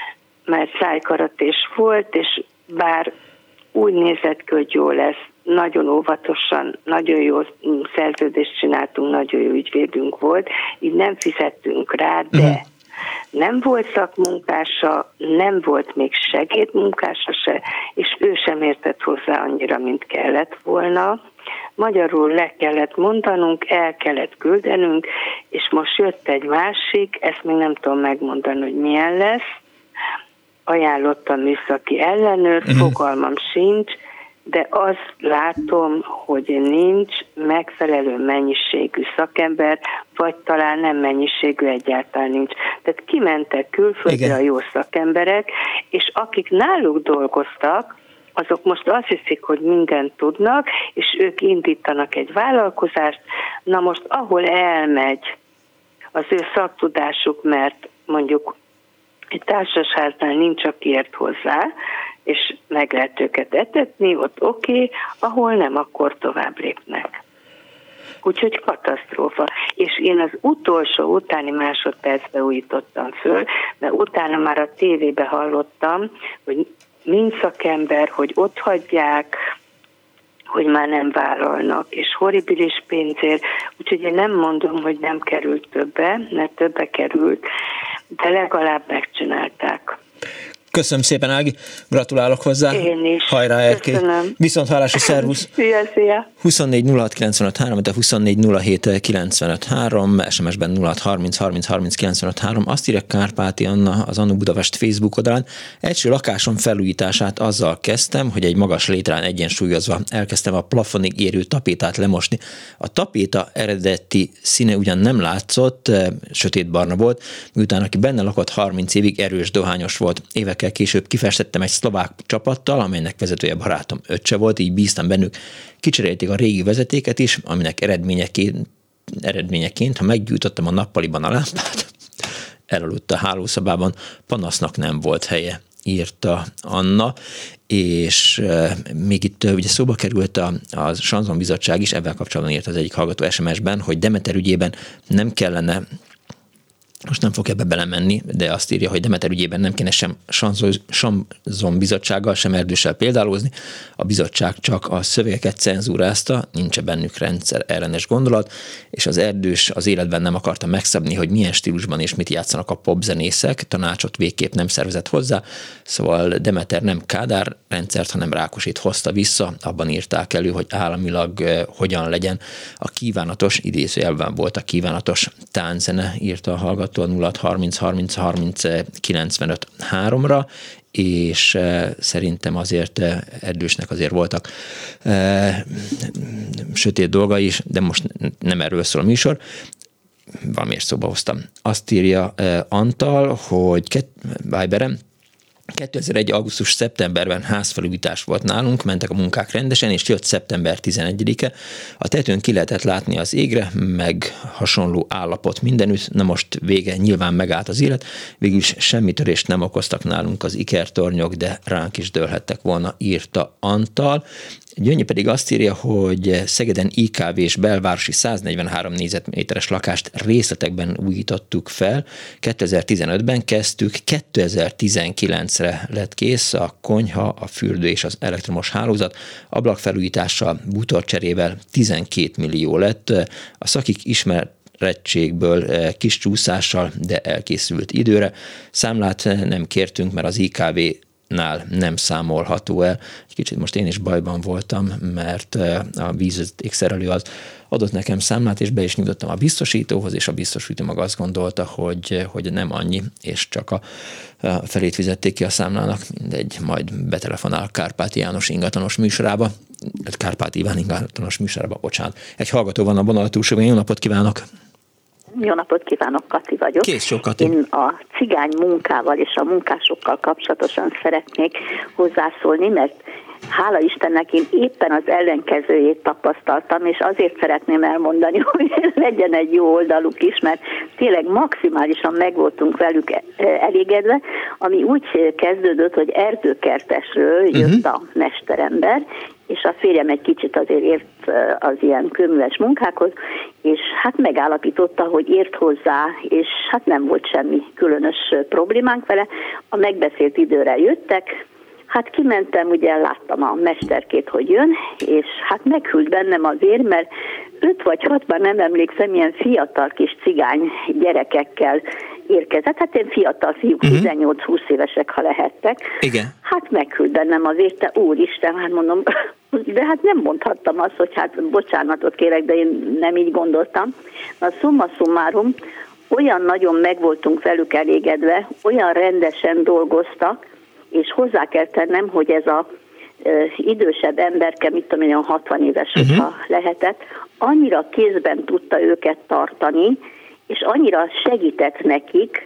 mert szájkaratés volt, és bár úgy nézett ki, hogy jó lesz, nagyon óvatosan, nagyon jó szerződést csináltunk, nagyon jó ügyvédünk volt, így nem fizettünk rá, de nem volt szakmunkása, nem volt még segédmunkása se, és ő sem értett hozzá annyira, mint kellett volna. Magyarul le kellett mondanunk, el kellett küldenünk, és most jött egy másik, ezt még nem tudom megmondani, hogy milyen lesz. Ajánlott a műszaki ellenőr, fogalmam sincs, de azt látom, hogy nincs megfelelő mennyiségű szakember, vagy talán nem mennyiségű, egyáltalán nincs. Tehát kimentek külföldre a jó szakemberek, és akik náluk dolgoztak, azok most azt hiszik, hogy mindent tudnak, és ők indítanak egy vállalkozást. Na most, ahol elmegy az ő szaktudásuk, mert mondjuk egy társasháznál nincs, aki ért hozzá, és meg lehet őket etetni, ott oké, ahol nem, akkor tovább lépnek. Úgyhogy katasztrófa. És én az utolsó utáni másodpercbe újítottam föl, mert utána már a tévébe hallottam, hogy mind szakember, hogy ott hagyják, hogy már nem vállalnak, és horribilis pénzért, úgyhogy én nem mondom, hogy nem került többe, mert többe került, de legalább megcsinálták. Köszönöm szépen, Ági, gratulálok hozzá. Én is. Hajrá, Erkély. Viszont hallásra, szervusz. Szia. 24 06 95 de 24 07 95 3, SMS-ben 06 30 30 30 95 3. Azt írja Kárpáti Anna az Annu Budapest Facebook oldalán. Első lakásom felújítását azzal kezdtem, hogy egy magas létrán egyensúlyozva elkezdtem a plafonig érő tapétát lemosni. A tapéta eredeti színe ugyan nem látszott, sötétbarna volt, miután aki benne lakott 30 évig erős dohányos volt. Évekkel később kifestettem egy szlovák csapattal, amelynek vezetője barátom öccse volt, így bíztam bennük. Kicserélték a régi vezetéket is, aminek eredményeként, ha meggyújtottam a nappaliban a lámpát, elaludt a hálószobában, panasznak nem volt helye, írta Anna, és még itt ugye szóba került a Sanzon Bizottság is, ebben kapcsolatban írt az egyik hallgató SMS-ben, hogy Demeter ügyében nem kellene, most nem fog ebbe belemenni, de azt írja, hogy Demeter ügyében nem kéne sem Sanzon bizottsággal, sem Erdőssel példálózni. A bizottság csak a szövegeket cenzúrázta, nincs bennük rendszer ellenes gondolat, és az Erdős az életben nem akarta megszabni, hogy milyen stílusban és mit játszanak a popzenészek, tanácsot végképp nem szervezett hozzá, szóval Demeter nem Kádár rendszert, hanem Rákosit hozta vissza, abban írták elő, hogy államilag hogyan legyen a kívánatos, idézőjelben volt a kívánatos tánzene, írta a hallgató 0 30 30 30 95 3-ra, és szerintem azért Erdősnek azért voltak sötét dolga is, de most nem erről szól a műsor. Valamiért szóba hoztam. Azt írja Antal, hogy Viberem, 2001. augusztus-szeptemberben házfelújítás volt nálunk, mentek a munkák rendesen, és jött szeptember 11-e. A tetőn ki lehetett látni az égre, meg hasonló állapot mindenütt. Na most vége, nyilván megállt az élet. Végülis semmi törést nem okoztak nálunk az ikertornyok, de ránk is dőlhettek volna, írta Antal. Gyöngyi pedig azt írja, hogy Szegeden IKV-s belvárosi 143 négyzetméteres lakást részletekben újítottuk fel. 2015-ben kezdtük, 2019-re lett kész a konyha, a fürdő és az elektromos hálózat. Ablakfelújítással, bútorcserével 12 millió lett. A szakik ismerettségből kis csúszással, de elkészült időre. Számlát nem kértünk, mert az IKV-nál nem számolható el. Egy kicsit most én is bajban voltam, mert a vízvezetékszerelő az adott nekem számlát, és be is nyújtottam a biztosítóhoz, és a biztosító maga azt gondolta, hogy nem annyi, és csak a felét fizették ki a számlának. Mindegy, majd betelefonál Kárpáti János ingatlanos műsorába, Kárpáti Iván ingatlanos műsorába, bocsánat. Egy hallgató van a vonal túlsóban, jó napot kívánok! Jó napot kívánok, Kati vagyok. Kész sok, Kati. Én a cigány munkával és a munkásokkal kapcsolatosan szeretnék hozzászólni, mert Hála Istennek én éppen az ellenkezőjét tapasztaltam, és azért szeretném elmondani, hogy legyen egy jó oldaluk is, mert tényleg maximálisan meg voltunk velük elégedve, ami úgy kezdődött, hogy erdőkertesről jött a mesterember, és a férjem egy kicsit azért ért az ilyen kőműves munkákhoz, és hát megállapította, hogy ért hozzá, és hát nem volt semmi különös problémánk vele. A megbeszélt időre jöttek, hát kimentem, ugye láttam a mesterkét, hogy jön, és hát meghűlt bennem azért, mert 5 vagy 6, már nem emlékszem, ilyen fiatal kis cigány gyerekekkel érkezett. Hát én fiatal fiúk, 18-20 évesek, ha lehettek. Igen. Hát meghűlt bennem azért, te úristen, hát mondom, de hát nem mondhattam azt, hogy hát bocsánatot kérek, de én nem így gondoltam. Na, summa summarum, olyan nagyon meg voltunk velük elégedve, olyan rendesen dolgoztak, és hozzá kell tennem, hogy ez a idősebb emberke, mit tudom én, 60 éves, hogyha lehetett, annyira kézben tudta őket tartani, és annyira segített nekik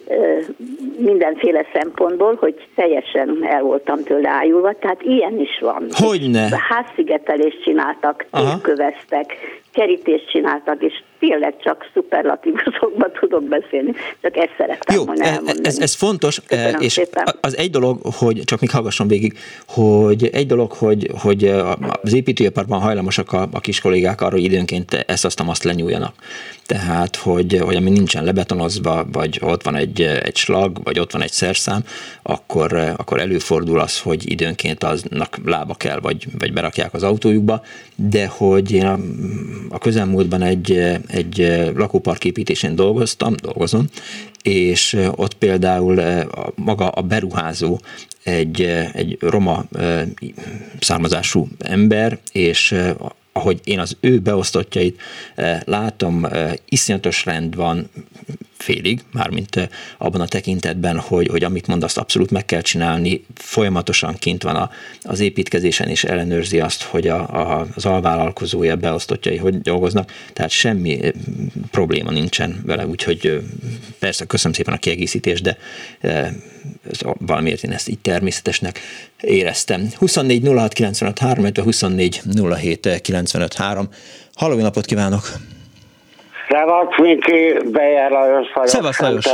mindenféle szempontból, hogy teljesen el voltam tőle ájulva, tehát ilyen is van. Hogyne? Házszigetelést csináltak, térköveztek, kerítést csináltak, és tényleg csak szuperlatívusokban tudok beszélni, csak ezt szerettem volna elmondani. Ez fontos, köszönöm és szépen. az egy dolog, hogy csak még hallgasson végig, hogy egy dolog, hogy az építőiparban hajlamosak a kis kollégák arra, hogy időnként ezt-azt lenyúljanak. Tehát, hogy ami nincsen lebetonozva, vagy ott van egy slag, vagy ott van egy szerszám, akkor előfordul az, hogy időnként aznak lába kell, vagy berakják az autójukba, de hogy én a közelmúltban egy lakópark építésén dolgozom, és ott például maga a beruházó egy roma származású ember, és ahogy én az ő beosztottjait látom, iszonyatos rend van félig, mármint abban a tekintetben, hogy amit mond, azt abszolút meg kell csinálni, folyamatosan kint van az építkezésen, és ellenőrzi azt, hogy az alvállalkozója, beosztottjai hogy dolgoznak, tehát semmi probléma nincsen vele, úgyhogy persze köszönöm szépen a kiegészítést, de valamiért én ezt így természetesnek éreztem. 24 06 95 3, 24 07 95 3. Halló, napot kívánok! Szevasz, Miki, Beyer Lajos vagyok. Szevasz, Lajos!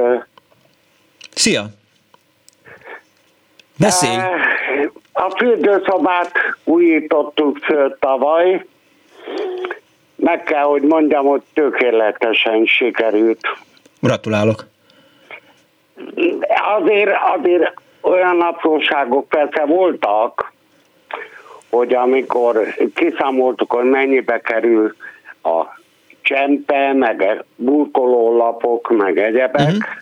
Szia! Beszélj! A fürdőszobát újítottuk föl tavaly. Meg kell, hogy mondjam, hogy tökéletesen sikerült. Gratulálok! Azért olyan apróságok persze voltak, hogy amikor kiszámoltuk, hogy mennyibe kerül a csempe, meg burkolólapok, meg egyebek.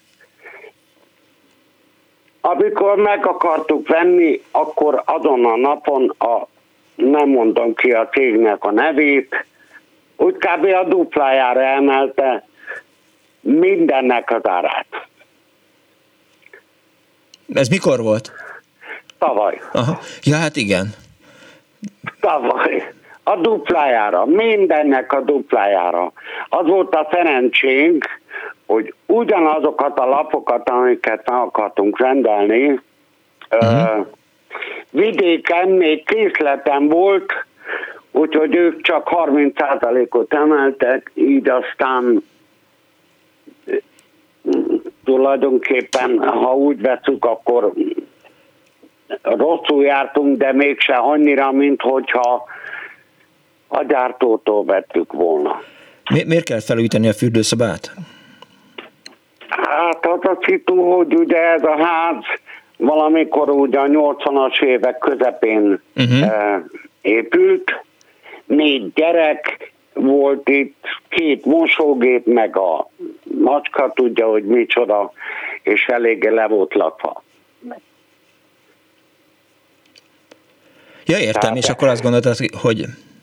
Amikor meg akartuk venni, akkor azon a napon nem mondom ki a cégnek a nevét, úgy kb. A duplájára emelte mindennek az árát. Ez mikor volt? Tavaly. Aha. Ja, hát igen. Tavaly. A duplájára, mindennek a duplájára. Az volt a szerencsénk, hogy ugyanazokat a lapokat, amiket meg akartunk rendelni, vidéken még készleten volt, úgyhogy ők csak 30%-ot emeltek, így aztán tulajdonképpen, ha úgy veszük, akkor rosszul jártunk, de mégse annyira, mint hogyha a gyártótól vettük volna. Miért kell felújítani a fürdőszobát? Hát az a szitu, hogy ugye ez a ház valamikor ugye a 80-as évek közepén épült, 4 gyerek volt itt, 2 mosógép, meg a macska tudja, hogy micsoda, és eléggé le volt lakva. Ja, értem, tehát, és akkor azt gondoltad, hogy...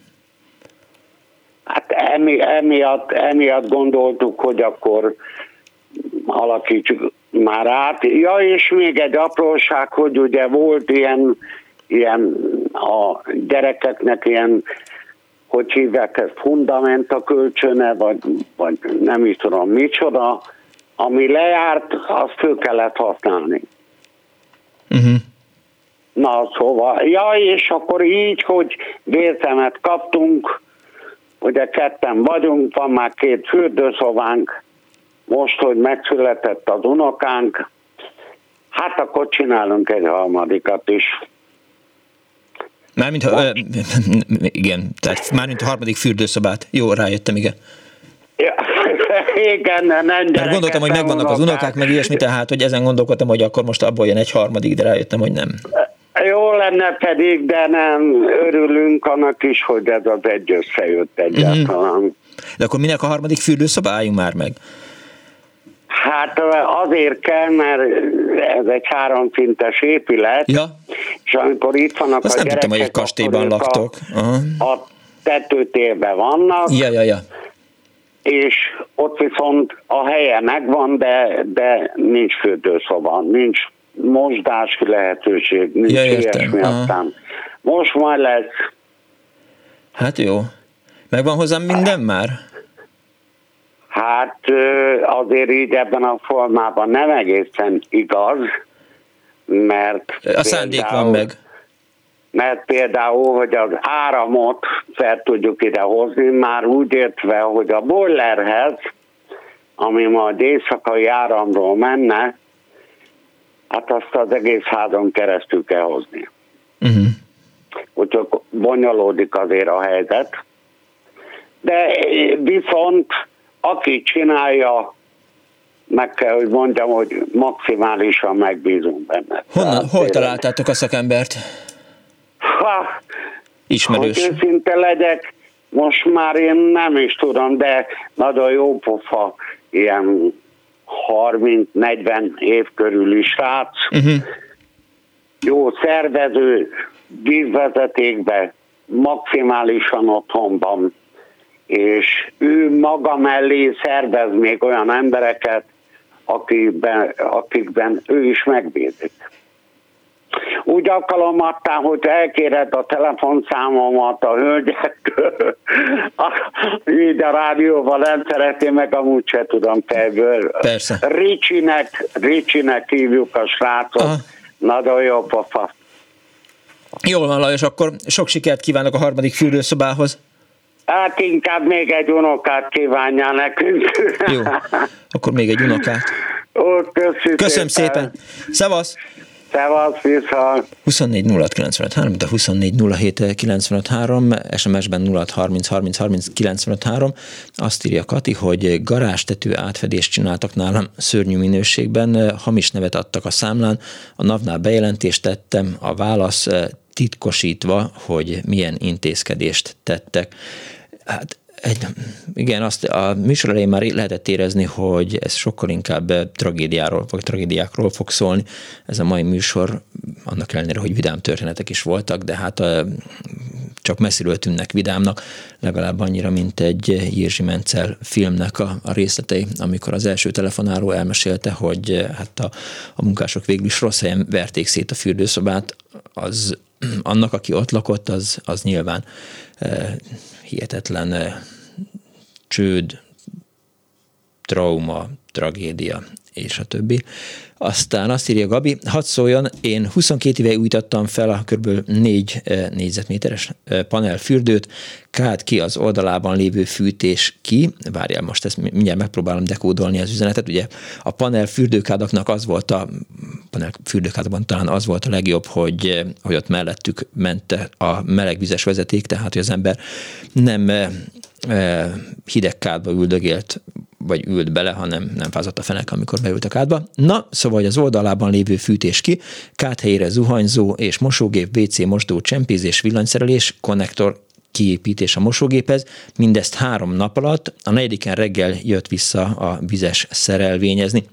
Hát emiatt gondoltuk, hogy akkor alakítsuk már át. Ja, és még egy apróság, hogy ugye volt ilyen a gyerekeknek ilyen, hogy hívják ezt, fundamenta kölcsöne, vagy nem is tudom micsoda, ami lejárt, azt föl kellett használni. Na, szóval, és akkor így, hogy vértemet kaptunk, ugye ketten vagyunk, van már 2 fürdőszobánk, most, hogy megszületett az unokánk, hát akkor csinálunk egy harmadikat is. Mármint, igen, tehát mármint a harmadik fürdőszobát. Jó, rájöttem, igen. Ja, igen, nem. Mert gondoltam, hogy megvannak az unokák, meg ilyesmi, tehát, hogy ezen gondolkodtam, hogy akkor most abból jön egy harmadik, de rájöttem, hogy nem. Jó lenne pedig, de nem, örülünk annak is, hogy ez az egy összejött egyáltalán. De akkor minek a harmadik fürdőszoba, álljunk már meg? Hát azért kell, mert ez egy 3 szintes épület, és amikor itt vannak azt a nem gyerekek, tudtam, hogy egy kastélyban laktok. A tetőtérben vannak, és ott viszont a helye megvan, de nincs fürdőszoba, nincs mosdási lehetőség, nincs ilyesmi aztán. Most majd lesz. Hát jó. Megvan hozzám minden már? Hát azért így ebben a formában nem egészen igaz, mert a szándék van meg. Mert például, hogy az áramot fel tudjuk idehozni, már úgy értve, hogy a boilerhez, ami majd éjszakai áramról menne, hát azt az egész házon keresztül kell hozni. Úgyhogy bonyolódik azért a helyzet. De viszont aki csinálja, meg kell, hogy mondjam, hogy maximálisan megbízunk benne. Hol találtátok a szakembert? Ismerős. Hogy őszinte legyek, most már én nem is tudom, de nagyon jó pofa, ilyen 30-40 év körüli srác, jó szervező, vízvezetékbe, maximálisan otthonban, és ő maga mellé szervez még olyan embereket, akikben ő is megbízik. Úgy alkalomattál, hogy elkéred a telefonszámomat a hölgyektől, így a rádióban nem szeretném, meg amúgy se tudom fejből. Persze. Ricsinek hívjuk a srácot, nagyon jó pofa. Jól van, Lajos, akkor sok sikert kívánok a harmadik fürdőszobához. Hát inkább még egy unokát kívánjál nekünk. Jó, akkor még egy unokát. Köszönöm szépen. Szevasz! Szevasz, vissza! 24 06 95 3, de 24 07 95 3, SMS-ben 06 30 30 30 95 3. Azt írja Kati, hogy garázstető átfedést csináltak nálam szörnyű minőségben, hamis nevet adtak a számlán, a NAV-nál bejelentést tettem, a válasz titkosítva, hogy milyen intézkedést tettek. Hát igen, azt a műsor elején már lehetett érezni, hogy ez sokkal inkább tragédiáról, vagy tragédiákról fog szólni. Ez a mai műsor, annak ellenére, hogy vidám történetek is voltak, de hát csak messziről tűnnek vidámnak, legalább annyira, mint egy Jirzsi Menccel filmnek a részletei, amikor az első telefonáló elmesélte, hogy hát a munkások végül is rossz helyen verték szét a fürdőszobát, az annak, aki ott lakott, az nyilván hihetetlen csőd, trauma, tragédia, és a többi. Aztán azt írja Gabi, hadd szóljon, én 22 éve újítottam fel a kb. 4 négyzetméteres panelfürdőt, kád ki az oldalában lévő fűtés ki, várjál, most ezt mindjárt megpróbálom dekódolni az üzenetet, ugye a panelfürdőkádaknak az volt panelfürdőkádakban talán az volt a legjobb, hogy ott mellettük ment a melegvizes vezeték, tehát hogy az ember nem hideg kádba üldögélt, vagy ült bele, hanem nem fázott a fenek, amikor beült a kádba. Na, szóval, hogy az oldalában lévő fűtés ki, kád helyére zuhanyzó és mosógép, WC, mosdó, csempézés, villanyszerelés, konnektor kiépítés a mosógéphez, mindezt 3 nap alatt, a 4-en reggel jött vissza a vizes szerelvényezni.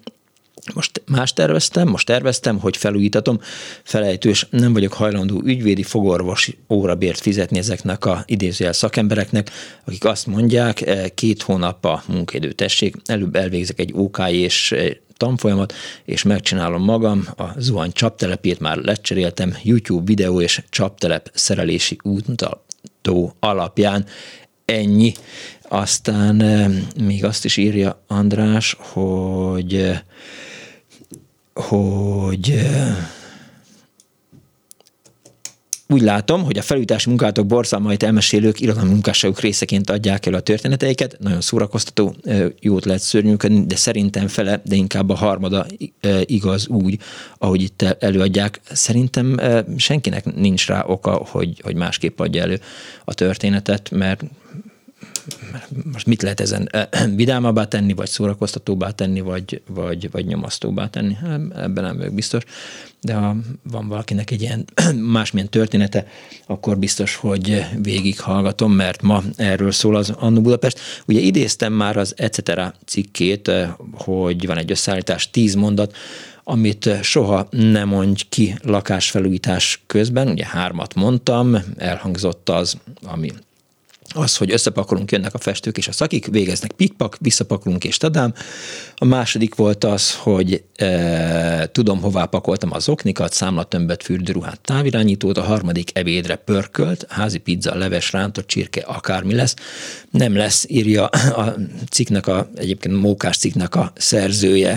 Most terveztem, hogy felújítatom, felejtős, nem vagyok hajlandó ügyvédi fogorvosi órabért fizetni ezeknek a idézőjel szakembereknek, akik azt mondják, 2 hónap a munkaidő, tessék, előbb elvégzek egy OK és tanfolyamat, és megcsinálom magam, a zuhany csaptelepét már lecseréltem, YouTube videó és csaptelep szerelési útmutató alapján. Ennyi. Aztán még azt is írja András, hogy úgy látom, hogy a felújítási munkálatok borzalmait elmesélők irodalmi munkásságuk részeként adják el a történeteiket. Nagyon szórakoztató, jót lehet szörnyűködni, de szerintem fele, de inkább a harmada igaz úgy, ahogy itt előadják. Szerintem senkinek nincs rá oka, hogy másképp adja elő a történetet, mert most mit lehet ezen vidámabbá tenni, vagy szórakoztatóbbá tenni, vagy nyomasztóbbá tenni? Ebben nem vagyok biztos. De ha van valakinek egy ilyen másmilyen története, akkor biztos, hogy végighallgatom, mert ma erről szól az Anno Budapest. Ugye idéztem már az etc. cikkét, hogy van egy összeállítás, 10 mondat, amit soha nem mondj ki lakásfelújítás közben. Ugye 3 mondtam, elhangzott az, hogy összepakolunk, jönnek a festők és a szakik, végeznek pikpak, visszapakolunk és tadám. A második volt az, hogy tudom, hová pakoltam az oknikat, számlatömböt, fürdőruhát, távirányítót. A harmadik ebédre pörkölt, házi pizza, leves, rántott csirke, akármi lesz. Nem lesz, írja a cikknek, egyébként Mókás cikknek a szerzője,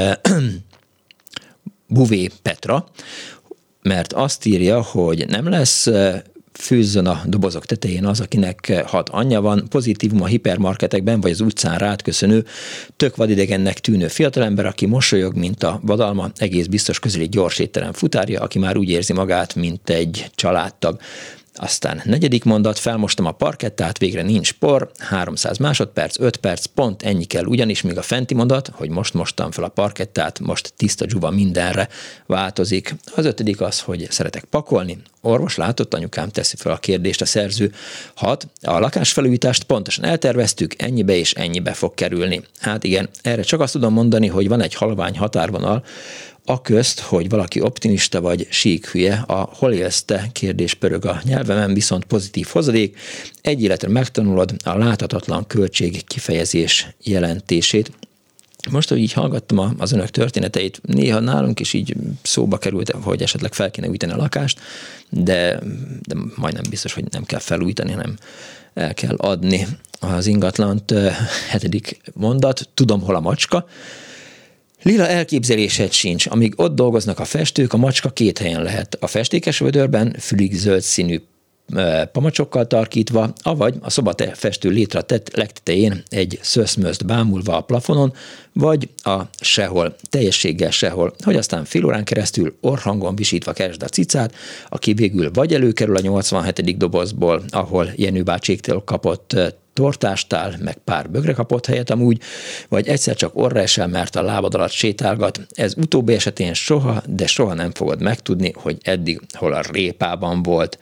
Bouvé Petra, mert azt írja, hogy nem lesz, főzzön a dobozok tetején az, akinek 6 anyja van, pozitívum a hipermarketekben vagy az utcán rád köszönő, tök vadidegennek tűnő fiatalember, aki mosolyog, mint a vadalma, egész biztos közeli gyors étterem futárja, aki már úgy érzi magát, mint egy családtag. Aztán 4. mondat, felmostam a parkettát, végre nincs por, 300 másodperc, 5 perc, pont ennyi kell ugyanis, míg a fenti mondat, hogy most mostam fel a parkettát, most tiszta dzsuva mindenre változik. Az 5. az, hogy szeretek pakolni. Orvos látott, anyukám teszi fel a kérdést a szerző. 6. A lakásfelújítást pontosan elterveztük, ennyibe és ennyibe fog kerülni. Hát igen, erre csak azt tudom mondani, hogy van egy halvány határvonal, aközt, hogy valaki optimista vagy sík hülye, a hol élsz te kérdés pörög a nyelvemen, viszont pozitív hozadék. Egy életre megtanulod a láthatatlan költség kifejezés jelentését. Most, hogy így hallgattam az önök történeteit, néha nálunk is így szóba került, hogy esetleg fel kéne újítani a lakást, de majdnem biztos, hogy nem kell felújítani, hanem el kell adni az ingatlant. 7. mondat, tudom, hol a macska. Lila elképzelésed sincs, amíg ott dolgoznak a festők, a macska 2 helyen lehet. A festékes vödörben, fülig zöld színű pamacsokkal tarkítva, avagy a szobatfestő létre tett legtetején egy szöszmözt bámulva a plafonon, vagy a sehol, teljességgel sehol, hogy aztán fél órán keresztül orrhangon visítva keresd a cicát, aki végül vagy előkerül a 87. dobozból, ahol Jenő bácséktől kapott tortástál, meg pár bögre kapott helyet amúgy, vagy egyszer csak orra esel, mert a lábad alatt sétálgat. Ez utóbbi esetén soha, de soha nem fogod megtudni, hogy eddig hol a répában volt.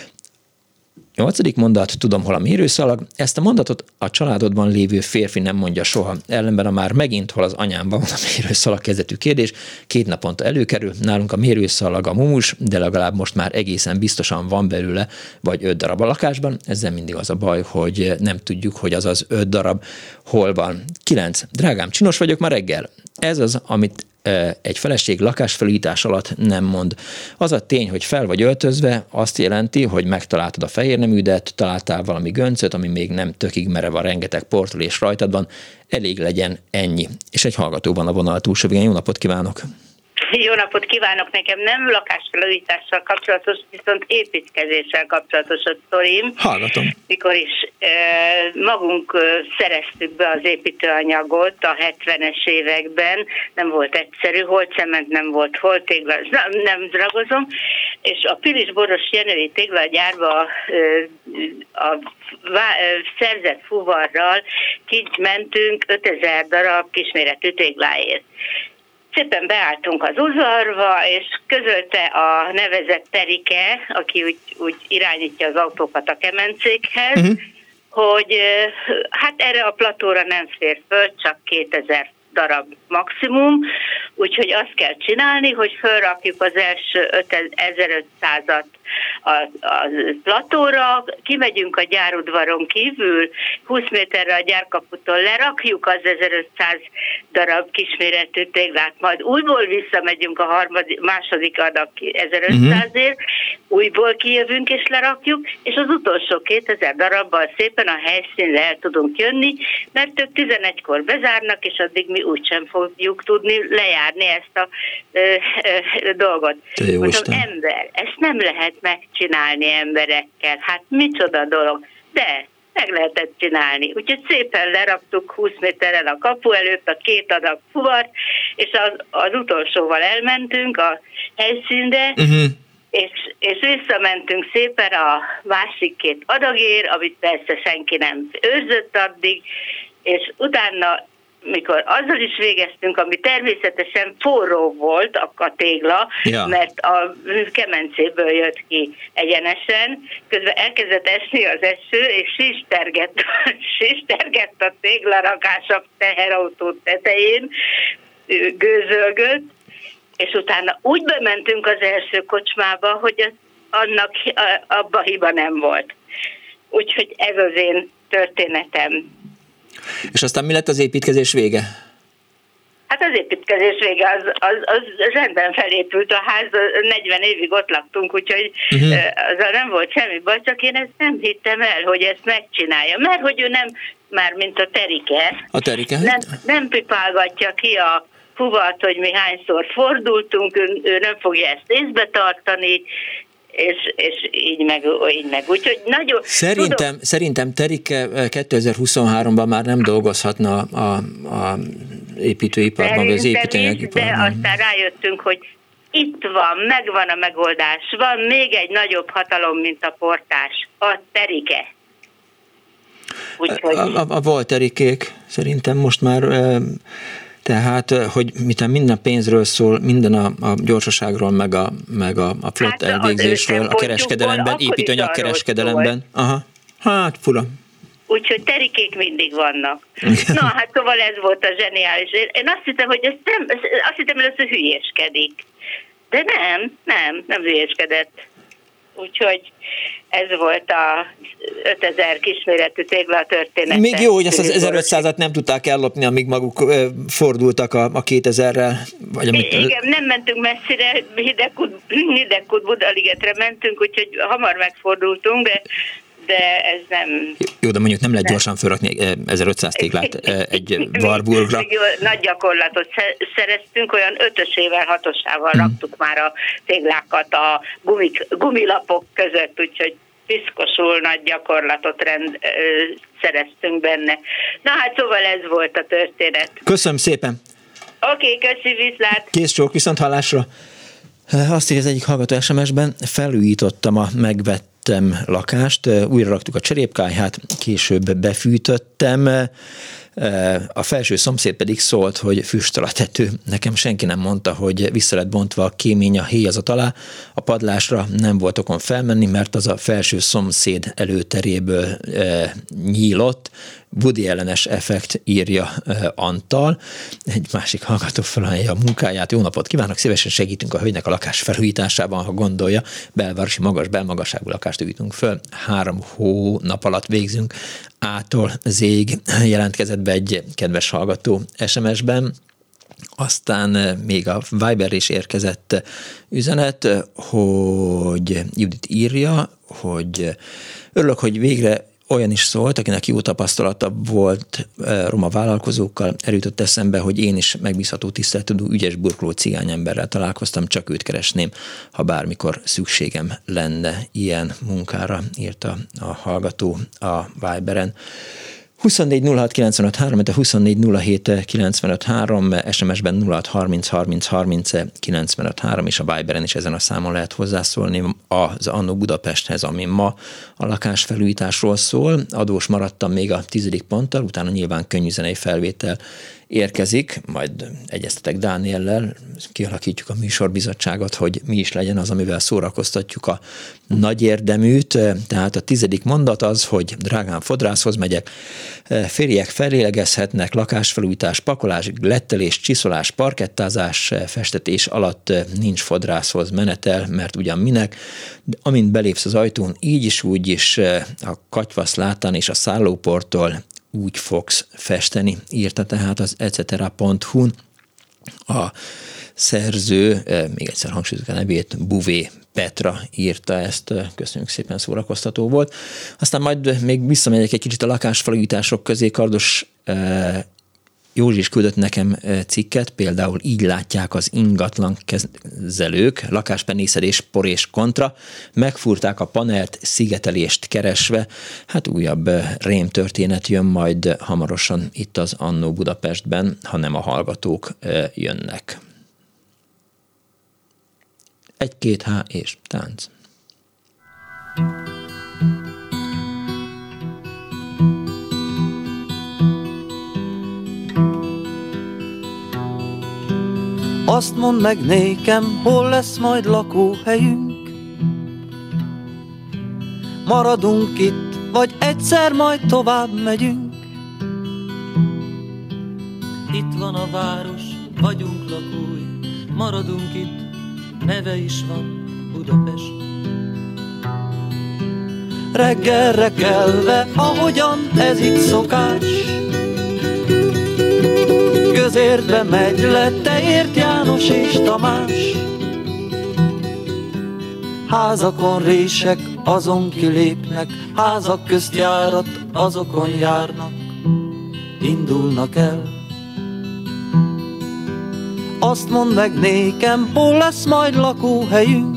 8. mondat, tudom, hol a mérőszalag. Ezt a mondatot a családodban lévő férfi nem mondja soha. Ellenben a már megint hol az anyámban van a mérőszalag kezdetű kérdés. 2 naponta előkerül, nálunk a mérőszalag a mumus, de legalább most már egészen biztosan van belőle, vagy 5 darab a lakásban. Ezzel mindig az a baj, hogy nem tudjuk, hogy az 5 darab hol van. 9. Drágám, csinos vagyok ma reggel. Ez az, amit egy feleség lakásfelújítás alatt nem mond. Az a tény, hogy fel vagy öltözve, azt jelenti, hogy megtaláltad a fehérneműdet, találtál valami göncöt, ami még nem tökig merev a rengeteg portolés rajtad van, elég legyen ennyi. És egy hallgató van a vonal túlsó végén. Jó napot kívánok! Jó napot kívánok! Nekem nem lakásfelújítással kapcsolatos, viszont építkezéssel kapcsolatos a sztorim. Hallgatom. Mikor is magunk szereztük be az építőanyagot a 70-es években, nem volt egyszerű, hol cement, nem volt, hol tégla, nem dragozom, és a Pilis-Boros Jenői téglagyárba a szerzett fuvarral kimentünk 5000 darab kisméretű tégláért. Szépen beálltunk az udvarba, és közölte a nevezett Terike, aki úgy irányítja az autókat a kemencékhez, hogy hát erre a platóra nem fér föl, csak 2000 darab maximum, úgyhogy azt kell csinálni, hogy felrakjuk az első 1500-at a platóra, kimegyünk a gyárudvaron kívül, 20 méterre a gyárkaputól lerakjuk az 1500 darab kisméretű téglát, majd újból visszamegyünk a második adag 1500-ért, újból kijövünk és lerakjuk, és az utolsó 2000 darabbal szépen a helyszínre el tudunk jönni, mert ők 11-kor bezárnak, és addig mi mi úgysem fogjuk tudni lejárni ezt a dolgot. Mondom, ember, ezt nem lehet megcsinálni emberekkel. Hát micsoda dolog. De meg lehetett csinálni. Úgyhogy szépen leraktuk 20 méterrel a kapu előtt a 2 adag fuvart, és az utolsóval elmentünk a helyszínre, és visszamentünk szépen a másik 2 adagért, amit persze senki nem őrzött addig, és utána, mikor azzal is végeztünk, ami természetesen forró volt a tégla, mert a kemencéből jött ki egyenesen, közben elkezdett esni az eső, és sistergett a téglarakás a teherautó tetején, gőzölgött, és utána úgy bementünk az első kocsmába, hogy annak abba hiba nem volt. Úgyhogy ez az én történetem. És aztán mi lett az építkezés vége? Hát az építkezés vége, az rendben felépült a ház, 40 évig ott laktunk, úgyhogy azzal nem volt semmi baj, csak én ezt nem hittem el, hogy ezt megcsinálja. Mert hogy ő nem, már mint a Terike, nem pipálgatja ki a fuvat, hogy mi hányszor fordultunk, ő nem fogja ezt észbe tartani, és így meg. Úgyhogy nagyon... Szerintem Terike 2023-ban már nem dolgozhatna a építőiparban, vagy az építőanyagiparban. De aztán rájöttünk, hogy itt van, megvan a megoldás. Van még egy nagyobb hatalom, mint a portás. A Terike. Úgyhogy... A volt Terikék szerintem most már... Tehát, hogy minden pénzről szól, minden a gyorsaságról, meg a flott elvégzésről, a kereskedelemben, építőanyag kereskedelemben. Aha. Hát, fura. Úgyhogy Terikék mindig vannak. Na, hát szóval ez volt a zseniális. Én azt hittem, hogy azt hittem, hogy ez hülyéskedik. De nem hülyéskedett. Úgyhogy ez volt a 5000 kisméretű tégla történet. Még jó, hogy azt az 1500-at nem tudták ellopni, amíg maguk fordultak a 2000-rel. Igen, nem mentünk messzire, Hidegkút Budaligetre mentünk, úgyhogy hamar megfordultunk, de ez nem... Jó, de mondjuk nem lehet gyorsan felrakni 1500 téglát egy Warburgra. Nagy gyakorlatot szereztünk, olyan 5-ösével, 6-osával raktuk már a téglákat a gumilapok között, úgyhogy piszkosul nagy gyakorlatot szereztünk benne. Na hát szóval ez volt a történet. Köszönöm szépen! Oké, köszi, viszlát! Kész csók, viszont hallásra! Azt írja az egyik hallgató SMS-ben, felújítottam a megvettem lakást, újra raktuk a cserépkályhát, később befűtöttem, a felső szomszéd pedig szólt, hogy füstöl a tető. Nekem senki nem mondta, hogy vissza lett bontva a kémény a héjazat alá. A padlásra nem volt okon felmenni, mert az a felső szomszéd előteréből nyílott. Woody ellenes effekt, írja Antal. Egy másik hallgató felajánlja a munkáját. Jó napot kívánok, szívesen segítünk a hölgynek a lakás felújításában, ha gondolja. Belvárosi belmagasságú lakást újítunk föl. 3 hónap alatt végzünk. A-tól Z-ig jelentkezett be egy kedves hallgató SMS-ben. Aztán még a Viber is érkezett üzenet, hogy Judit írja, hogy örülök, hogy végre olyan is szólt, akinek jó tapasztalata volt roma vállalkozókkal, eljutott eszembe, hogy én is megbízható, tiszteletudó, ügyes, burkoló cigányemberrel találkoztam, csak őt keresném, ha bármikor szükségem lenne ilyen munkára, írta a hallgató a Viberen. 24 06 95 3, de 24 07 95 3, SMS-ben 06 30 30 30 95 3, és a Viberen is ezen a számon lehet hozzászólni az Annó Budapesthez, ami ma a lakásfelújításról szól. Adós maradtam még a 10. ponttal, utána nyilván könnyű zenei felvétel érkezik, majd egyeztetek Dániellel, kialakítjuk a műsorbizottságot, hogy mi is legyen az, amivel szórakoztatjuk a nagy érdeműt. Tehát a 10. mondat az, hogy drágán fodrászhoz megyek, férjek felélegezhetnek, lakásfelújítás, pakolás, lettelés, csiszolás, parkettázás, festetés alatt nincs fodrászhoz menetel, mert ugyan minek, de amint belépsz az ajtón, így is úgy is a katyvasz látán és a szállóporttól úgy fogsz festeni, írta tehát az etc.hu-n a szerző, még egyszer hangsúlyozok a nevét, Bouvé Petra írta ezt, köszönjük szépen, szórakoztató volt. Aztán majd még visszamegyek egy kicsit a lakásfelújítások közé, Kardos Józsi is küldött nekem cikket, például így látják az ingatlan kezelők, lakáspenészedés, por és kontra, megfúrták a panelt, szigetelést keresve. Hát újabb rémtörténet jön majd hamarosan itt az Annó Budapestben, ha nem a hallgatók jönnek. 1-2 és tánc. Azt mondd meg nékem, hol lesz majd lakóhelyünk. Maradunk itt, vagy egyszer majd tovább megyünk. Itt van a város, vagyunk lakói, maradunk itt, neve is van Budapest. Reggelre kelve, ahogyan ez itt szokás, közértbe megy le Teért János és Tamás. Házakon rések, azon kilépnek, házak közt járat, azokon járnak, indulnak el. Azt mondd meg nékem, hol lesz majd lakóhelyünk.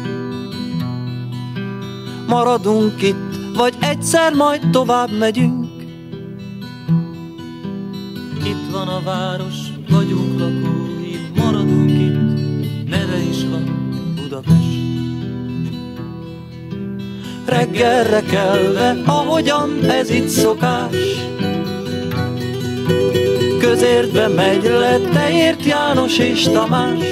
Maradunk itt, vagy egyszer majd tovább megyünk. Itt van a város, vagyunk lakói, maradunk itt, neve is van Budapest. Reggelre kelve, ahogyan ez itt szokás, közértbe megy le Teért János és Tamás.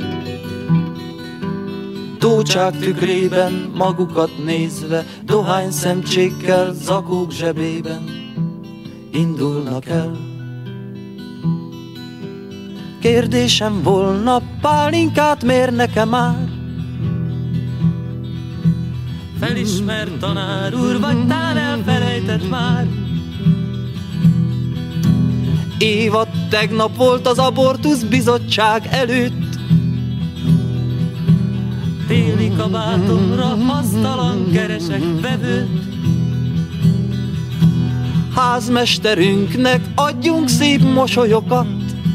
Tócsák tükrében magukat nézve, dohány szemcsékkel, zakók zsebében indulnak el. Kérdésem volna, pálinkát mér nekem már? Felismert tanár úr, vagy tán elfelejtett már? Éva tegnap volt az abortusz bizottság előtt. Téli kabátomra hasztalan keresek vevőt. Házmesterünknek adjunk szép mosolyokat.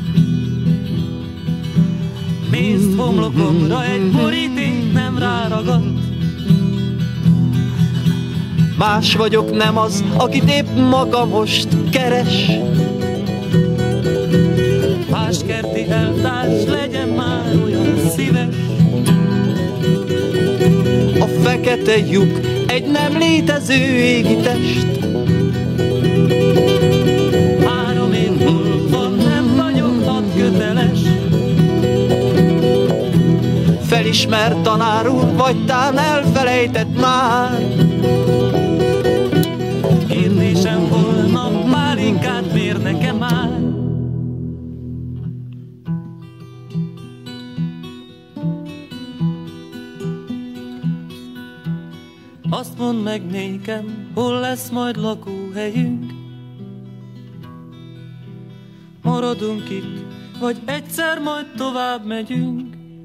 Pénzt homlokomra egy boríték nem ráragadt. Más vagyok, nem az, akit épp maga most keres. Páskerti eltárs, legyen már olyan szíves. A fekete lyuk egy nem létező égi test. 3 év múlva nem vagyok hadköteles. Felismert tanár úr, vagy tán elfelejtett már? Kérdésem volna, pálinkát mér nekem már? Azt mondd meg nékem, hol lesz majd lakóhelyünk. Maradunk itt, vagy egyszer majd tovább megyünk.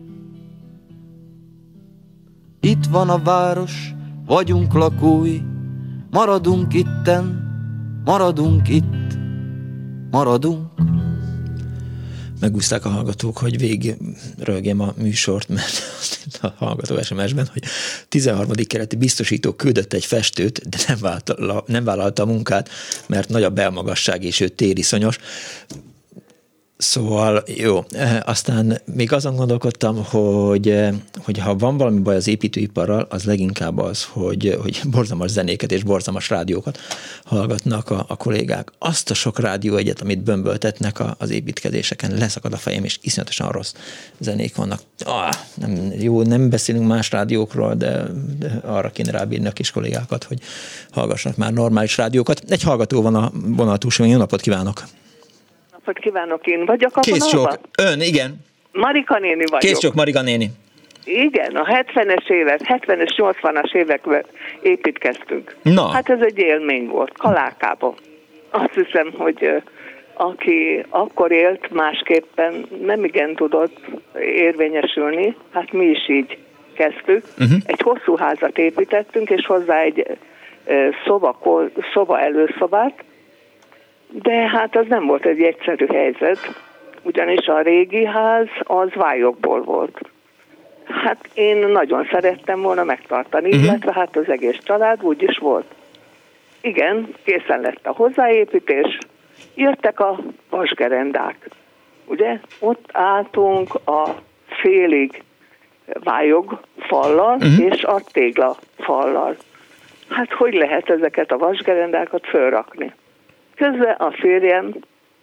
Itt van a város, vagyunk lakói, maradunk itten, maradunk itt, maradunk. Megúszták a hallgatók, hogy végigrölgjem a műsort, mert a hallgató SMS-ben, hogy 13. kerületi biztosító küldött egy festőt, de nem vállalta a munkát, mert nagy a belmagasság és ő tériszonyos. Szóval jó, aztán még azon gondolkodtam, hogy ha van valami baj az építőiparral, az leginkább az, hogy borzalmas zenéket és borzalmas rádiókat hallgatnak a kollégák. Azt a sok rádióegyet, amit bömböltetnek az építkezéseken, leszakad a fejem, és iszonyatosan rossz zenék vannak. Nem beszélünk más rádiókról, de arra kéne rábírni a kis kollégákat, hogy hallgassanak már normális rádiókat. Egy hallgató van a vonal túlsó, jó napot kívánok! Napot kívánok, én vagyok a vonalban? Ön, igen. Marika néni vagyok. Kész Marika néni. Igen, a 70-es évek, 70-es, 80-as években építkeztünk. Na. Hát ez egy élmény volt, Kalákában. Azt hiszem, hogy aki akkor élt, másképpen nem igen tudott érvényesülni, hát mi is így kezdtük. Egy hosszú házat építettünk, és hozzá egy szoba előszobát, De hát az nem volt egy egyszerű helyzet, ugyanis a régi ház az vályokból volt. Hát én nagyon szerettem volna megtartani, illetve hát az egész család úgy is volt. Igen, készen lett a hozzáépítés, jöttek a vasgerendák. Ugye, ott álltunk a félig vályog fallal és a tégla fallal. Hát hogy lehet ezeket a vasgerendákat fölrakni? Közben a férjem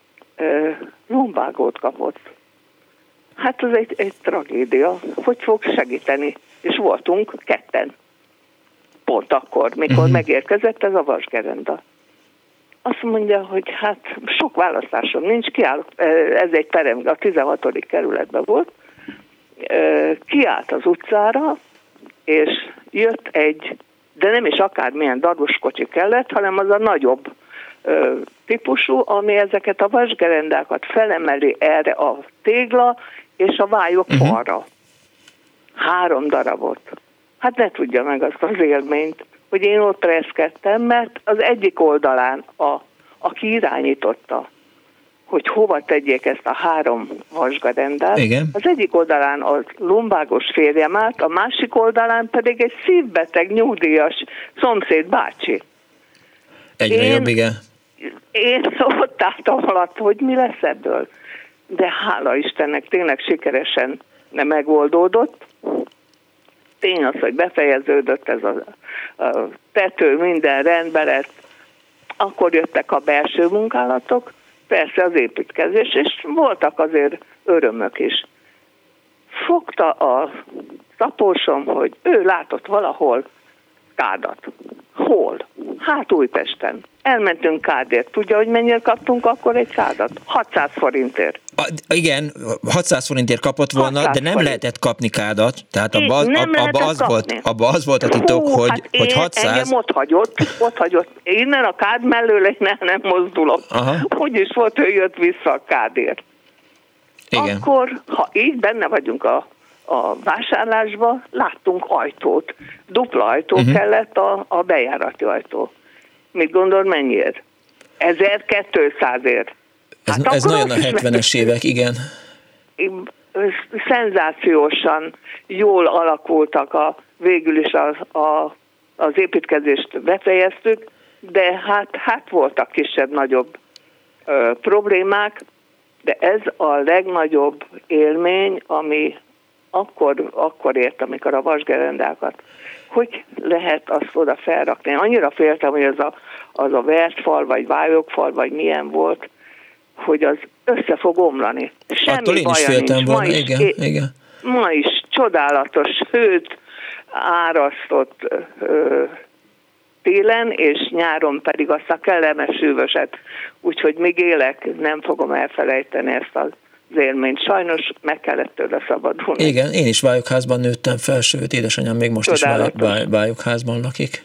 lombágót kapott. Hát ez egy tragédia. Hogy fog segíteni? És voltunk ketten. Pont akkor, mikor megérkezett ez a vasgerenda. Azt mondja, hogy hát sok választásom nincs, ez egy perem, a 16. kerületben volt, kiállt az utcára, és jött de nem is akármilyen daruskocsi kellett, hanem az a nagyobb típusú, ami ezeket a vasgerendákat felemeli erre a tégla és a vályok falra. 3 darabot. Hát ne tudja meg azt az élményt, hogy én ott reszkedtem, mert az egyik oldalán aki irányította, hogy hova tegyék ezt a 3 vasgerendát, az egyik oldalán a lombágos férjem állt, a másik oldalán pedig egy szívbeteg, nyugdíjas szomszéd bácsi. Egyre jobb, igen. Én ott álltam alatt, hogy mi lesz ebből. De hála Istennek tényleg sikeresen nem megoldódott. Tény az, hogy befejeződött ez a tető, minden rendben lett. Akkor jöttek a belső munkálatok, persze az építkezés, és voltak azért örömök is. Fogta a tapósom, hogy ő látott valahol kádat. Hol? Hát Újpesten. Elmentünk kádért. Tudja, hogy mennyire kaptunk akkor egy kádat? 600 forintért. Igen, 600 forintért kapott volna, de nem lehetett kapni kádat. Tehát abba az volt a titok, hogy 600... Engem ott hagyott. Innen a kád mellől nem mozdulok. Hogy is volt, ő jött vissza a kádért. Igen. Akkor, ha így benne vagyunk a vásárlásba, láttunk ajtót. Dupla ajtó kellett a bejárati ajtó. Mit gondol, mennyiért? 1200-ért. Ez nagyon a 70-es évek, igen. Szenzációsan jól alakultak, végül is az építkezést befejeztük, de hát voltak kisebb-nagyobb problémák, de ez a legnagyobb élmény, ami akkor ért, amikor a vasgerendákat. Hogy lehet azt oda felrakni? Annyira féltem, hogy az a vert fal, vagy vályogfal, vagy milyen volt, hogy az össze fog omlani. Semmi baja nincs. Volna. Igen. Ma is csodálatos hőt árasztott télen, és nyáron pedig azt a kellemes hűvöset. Úgyhogy még élek, nem fogom elfelejteni ezt az élményt. Sajnos meg kellett tőle szabadulni. Igen, én is vályogházban nőttem fel, sőt, édesanyám még most is vályogházban lakik.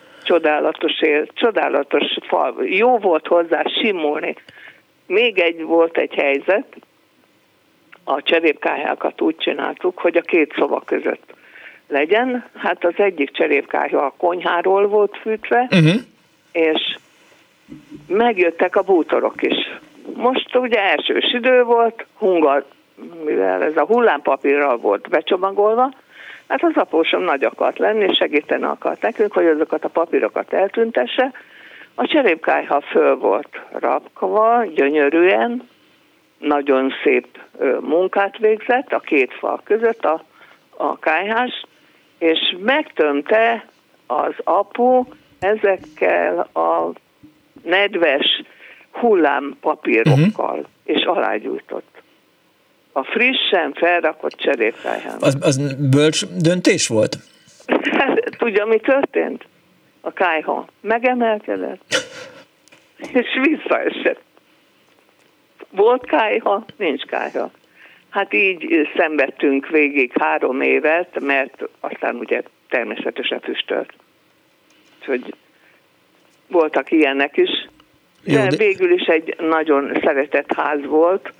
Csodálatos fal. Jó volt hozzá simulni. Még volt egy helyzet, a cserépkályhákat úgy csináltuk, hogy a 2 szoba között legyen. Hát az egyik cserépkályha a konyháról volt fűtve, és megjöttek a bútorok is. Most ugye elsős idő volt, mivel ez a hullámpapírral volt becsomagolva, hát az apósom nagy akart lenni, és segíteni akart nekünk, hogy azokat a papírokat eltüntesse. A cserépkályha föl volt rakva, gyönyörűen, nagyon szép munkát végzett a 2 fal között a kályhás, és megtömte az apu ezekkel a nedves hullámpapírokkal, és alágyújtott. A frissen felrakott cserépkályhán. Az bölcs döntés volt? Tudja, mi történt? A kályha megemelkedett, és visszaesett. Volt kályha, nincs kályha. Hát így szenvedtünk végig 3 évet, mert aztán ugye természetesen füstölt. Úgyhogy voltak ilyenek is. De végül is egy nagyon szeretett ház volt,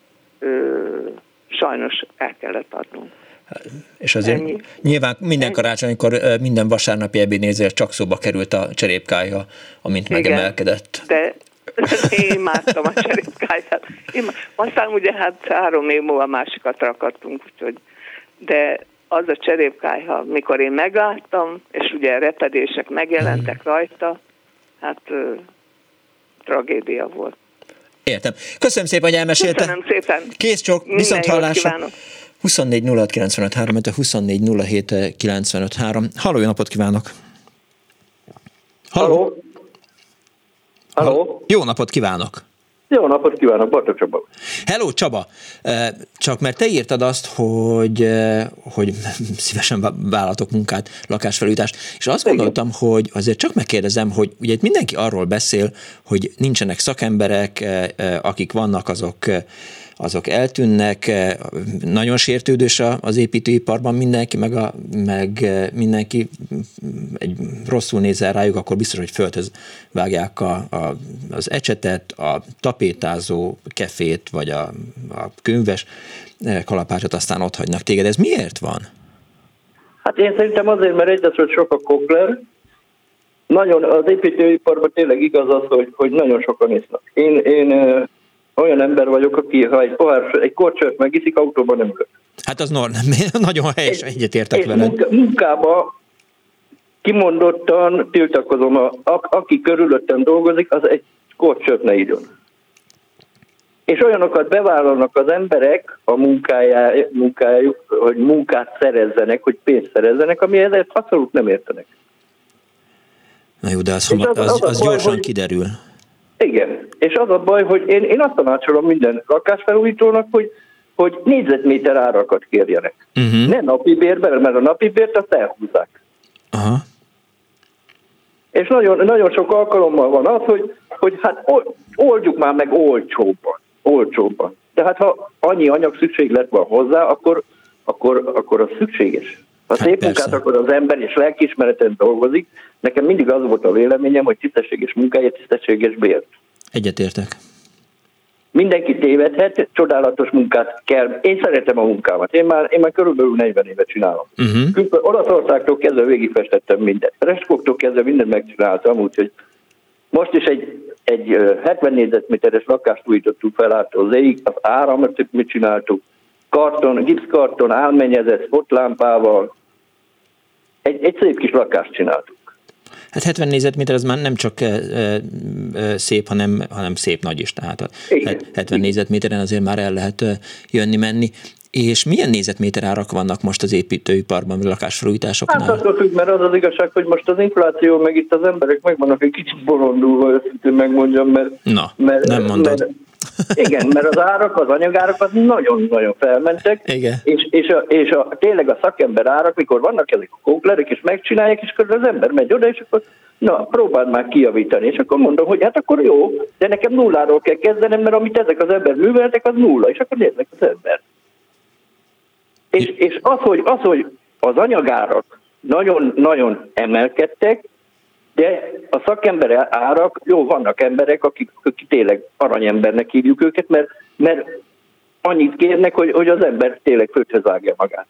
sajnos el kellett adnunk. És azért nyilván minden karácsonykor, minden vasárnapi ebédnézért csak szóba került a cserépkályha, amint megemelkedett. De Én imádtam a cserépkályhát. Aztán ugye hát 3 év múlva másikat rakadtunk, úgyhogy, de az a cserépkályha, mikor én megláttam, és ugye repedések megjelentek rajta, hát tragédia volt. Értem. Köszönöm szépen, hogy elmesélte. Köszönöm szépen. Kész csók, viszont hallásra. 24 06 95 3, 24 07 95 3. Halló, jó napot kívánok! Halló! Halló! Jó napot kívánok! Jó napot kívánok, Bartók Csaba. Hello, Csaba! Csak mert te írtad azt, hogy szívesen vállaltok munkát, lakásfelújítást, és azt gondoltam, hogy azért csak megkérdezem, hogy ugye itt mindenki arról beszél, hogy nincsenek szakemberek, akik vannak, azok eltűnnek, nagyon sértődős az építőiparban mindenki, meg mindenki rosszul nézel rájuk, akkor biztos, hogy földhöz vágják az ecsetet, a tapétázó kefét, vagy a könyves kalapácsot, aztán ott hagynak téged. Ez miért van? Hát én szerintem azért, mert egyrészt sok a kokler. Nagyon az építőiparban tényleg igaz az, hogy nagyon sokan isznak. Én olyan ember vagyok, aki ha egy korcsört megiszik, autóban nem ülök. Hát az nagyon helyes, egyetértek veled. Munkába kimondottan tiltakozom, aki körülöttem dolgozik, az egy korcsört ne igyon. És olyanokat bevállalnak az emberek a munkájuk, hogy munkát szerezzenek, hogy pénzt szerezzenek, ami ezért abszolút nem értenek. Na jó, de az gyorsan kiderül. Igen, és az a baj, hogy én azt tanácsolom minden lakásfelújítónak, hogy négyzetméter árakat kérjenek. Ne napi bérben, mert a napi bért azt elhúzzák. Aha. És nagyon, nagyon sok alkalommal van az, hogy hát oldjuk már meg olcsóbban. Tehát ha annyi anyag szükséglet van hozzá, akkor az szükséges. Ha szép munkát akar az ember, és lelkiismereten dolgozik, nekem mindig az volt a véleményem, hogy tisztességes munkáért, tisztességes bért. Egyetértek. Mindenki tévedhet, csodálatos munkát kell. Én szeretem a munkámat. Én már körülbelül 40 évet csinálom. Olaszországtól kezdve végigfestettem mindent. Reskóktól kezdve mindent megcsináltam, úgyhogy most is egy 70 négyzetméteres lakást újítottuk fel ától zéig, az áramot mit csináltuk, gipszkarton, álmennyezet, spotlámpával, egy szép kis lakást csináltuk. Hát 70 négyzetméter az már nem csak szép, hanem szép nagy is. Tehát 70 négyzetméteren azért már el lehet jönni-menni. És milyen négyzetméter árak vannak most az építőiparban, vagy lakásfelújításoknál? Hát attól függ, mert az igazság, hogy most az infláció, meg itt az emberek meg vannak egy kicsit bolondulva, őszintén megmondjam, mert nem mondod. Igen, mert az árak, az anyagárak az nagyon-nagyon felmentek, és tényleg a szakember árak, mikor vannak ezek a kóklerek, és megcsinálják, és akkor az ember megy oda, és akkor próbáld már kijavítani, és akkor mondom, hogy hát akkor jó, de nekem nulláról kell kezdenem, mert amit ezek az ember műveltek, az nulla, és akkor néznek az ember. És az, hogy az anyagárak nagyon-nagyon emelkedtek, de a szakember árak, jó, vannak emberek, akik tényleg aranyembernek hívjuk őket, mert annyit kérnek, hogy az ember tényleg földhöz vágja magát.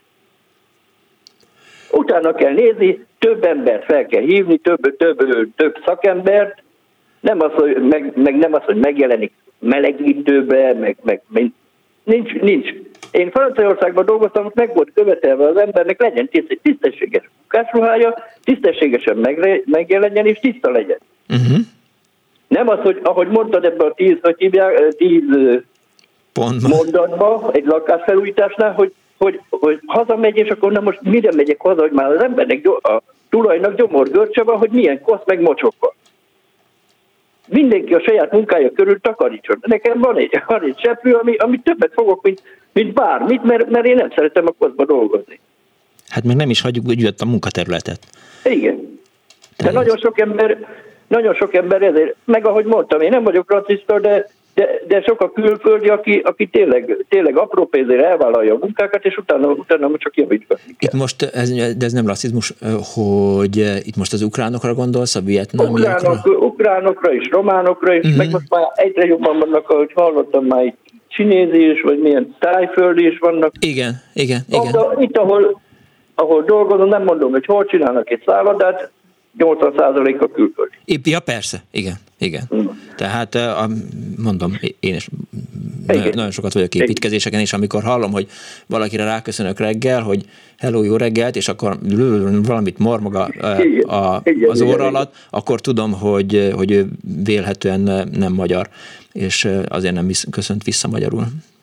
Utána kell nézni, több embert fel kell hívni, több szakembert, nem az, hogy megjelenik melegítőbe, meg nincs. Én Franciaországban dolgoztam, ott meg volt követelve az embernek, legyen tisztességes munkásruhája, tisztességesen megjelenjen és tiszta legyen. Nem az, hogy ahogy mondtad ebben a 10 mondatban egy lakásfelújításnál, hogy hazamegy, és akkor most mire megyek haza, hogy már az embernek, a tulajnak gyomorgörcse van, hogy milyen kosz meg mocsok van. Mindenki a saját munkája körül takarítson. Nekem van egy seprű, ami többet fogok, mint bármit, mert én nem szeretem a koszba dolgozni. Hát meg nem is hagyjuk, hogy jött a munkaterületet. Igen. De nagyon sok ember ezért, meg ahogy mondtam, én nem vagyok rasszista, de sok a külföldi, aki tényleg apró pénzért elvállalja a munkákat, és utána csak javítgatni kell. Itt most, ez nem rasszizmus, hogy itt most az ukránokra gondolsz, a vietnámiakra? Ukránokra is, románokra is, meg most már egyre jobban vannak, ahogy hallottam már itt csinézi is, vagy milyen tájföldi is vannak. Igen. Itt, ahol dolgozom, nem mondom, hogy hol csinálnak egy szállodát, 80%-a külföldi. Ja, persze, igen. Tehát mondom, én is nagyon sokat vagyok építkezéseken, és amikor hallom, hogy valakire ráköszönök reggel, hogy hello, jó reggelt, és akkor valamit mormog az óra alatt, akkor tudom, hogy ő vélhetően nem magyar, és azért nem köszönt vissza magyarul.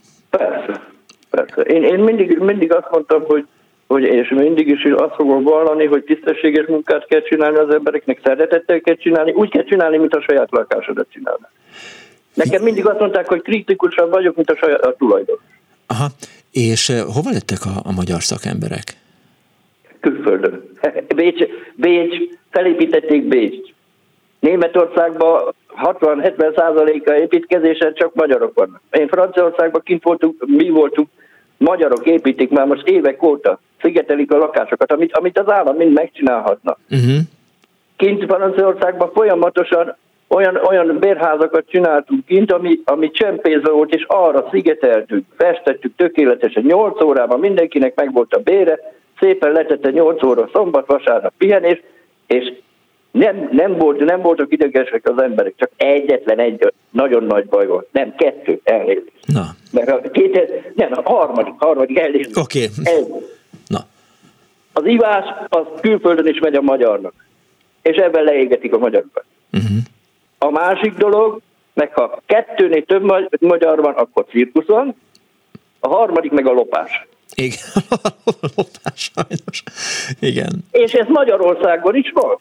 Persze. Én mindig azt mondtam, hogy és mindig is azt fogom vallani, hogy tisztességes munkát kell csinálni az embereknek, szeretettel kell csinálni, úgy kell csinálni, mint a saját lakásodat csinálni. Nekem mindig azt mondták, hogy kritikusabb vagyok, mint a saját tulajdon. Aha, és hova lettek a magyar szakemberek? Külföldön. Bécs, felépítették Bécs. Németországban 60-70%-a építkezésen csak magyarok vannak. Én Franciaországban kint voltunk, mi voltunk, magyarok építik már most évek óta, szigetelik a lakásokat, amit az állam mind megcsinálhatna. Kint Franciaországban folyamatosan olyan bérházakat csináltunk kint, ami csempészve volt, és arra szigeteltük, festettük tökéletesen 8 órában, mindenkinek meg volt a bére, szépen letette 8 óra szombat, vasárnap pihenés, és nem voltak idegesek az emberek, csak egyetlen egy nagyon nagy baj volt. Nem, 2 elnézést. Na. Mert a harmadik elnézést. Oké. Na. Az ivás, az külföldön is megy a magyarnak. És ebben leégetik a magyarokat. A másik dolog, meg ha 2-nél több magyar van, akkor cirkusz van, a harmadik meg a lopás. Igen, a lopás sajnos. Igen. És ez Magyarországon is van.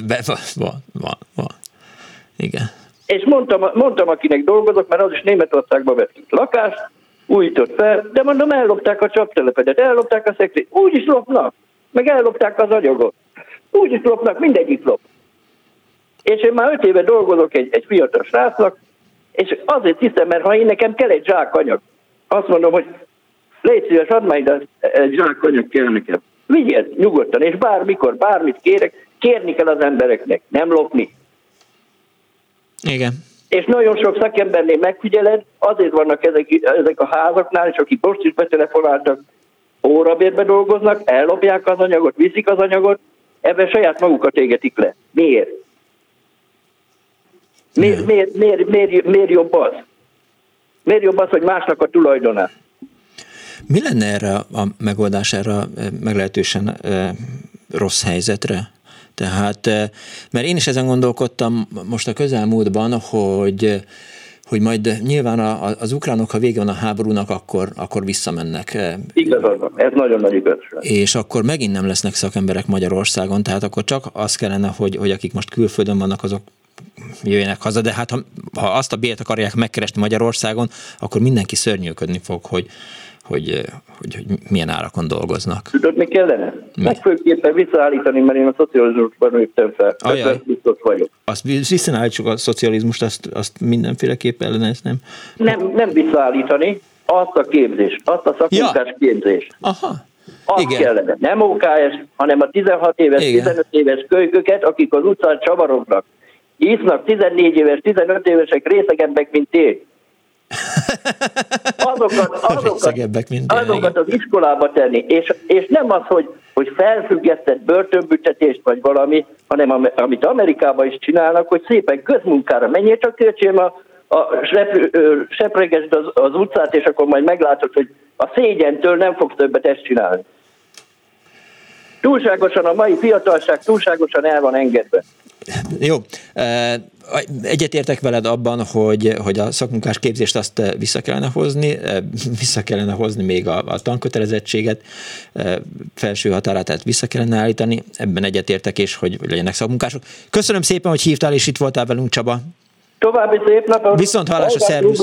Van. Igen. És mondtam, akinek dolgozok, mert az is Németországban vett lakást, újított fel, de mondom, ellopták a csaptelepedet, ellopták a szekrényt, úgy is lopnak, meg ellopták az anyagot. Úgy is lopnak, mindegyik lop. És én már 5 éve dolgozok egy fiatal srácnak, és azért hiszem, mert ha én nekem kell egy zsák anyag, azt mondom, hogy légy szíves, add majd egy zsák anyag kell nekem. Vigyél nyugodtan, és bármikor, bármit kérek, kérni kell az embereknek, nem lopni. Igen. És nagyon sok szakembernél megfigyeled, azért vannak ezek a házaknál, és akik most is betelefonáltak, órabérbe dolgoznak, ellopják az anyagot, viszik az anyagot, ebben saját magukat égetik le. Miért? Miért jobb az? Miért jobb az, hogy másnak a tulajdonát? Mi lenne erre a megoldás, erre a meglehetősen rossz helyzetre? Tehát, mert én is ezen gondolkodtam most a közelmúltban, hogy majd nyilván az ukránok, ha vége van a háborúnak, akkor visszamennek. Igazad van, ez nagyon nagy igazság. És akkor megint nem lesznek szakemberek Magyarországon, tehát akkor csak az kellene, hogy akik most külföldön vannak, azok jöjjenek haza, de hát ha azt a bért akarják megkeresni Magyarországon, akkor mindenki szörnyűködni fog, hogy milyen árakon dolgoznak. Tudod, mi kellene? Megfőképpen visszaállítani, mert én a szocializmusban nőttem fel. Biztos vagyok. Azt visszaállítsuk a szocializmust, azt mindenféleképpen ellene, ezt nem? Nem visszaállítani, azt a képzést, azt a szakmunkás képzést. Aha. Azt igen. Kellene. Nem OKS, hanem a 16 éves, igen. 15 éves kölyköket, akik az utcán csavarognak. Isznak 14 éves, 15 évesek részegebbek, mint én. Azokat az iskolába tenni, és nem az, hogy felfüggesztett börtönbüntetést vagy valami, hanem amit Amerikában is csinálnak, hogy szépen közmunkára menjél, csak töltsél sepregesd az utcát, és akkor majd meglátod, hogy a szégyentől nem fogsz többet ezt csinálni. Túlságosan a mai fiatalság túlságosan el van engedve. Jó. Egyetértek veled abban, hogy a szakmunkás képzést azt vissza kellene hozni még a tankötelezettséget, felső határát, tehát vissza kellene állítani. Ebben egyetértek, és hogy legyenek szakmunkások. Köszönöm szépen, hogy hívtál és itt voltál velünk, Csaba. További szép napot. Viszont hallásra, szervusz.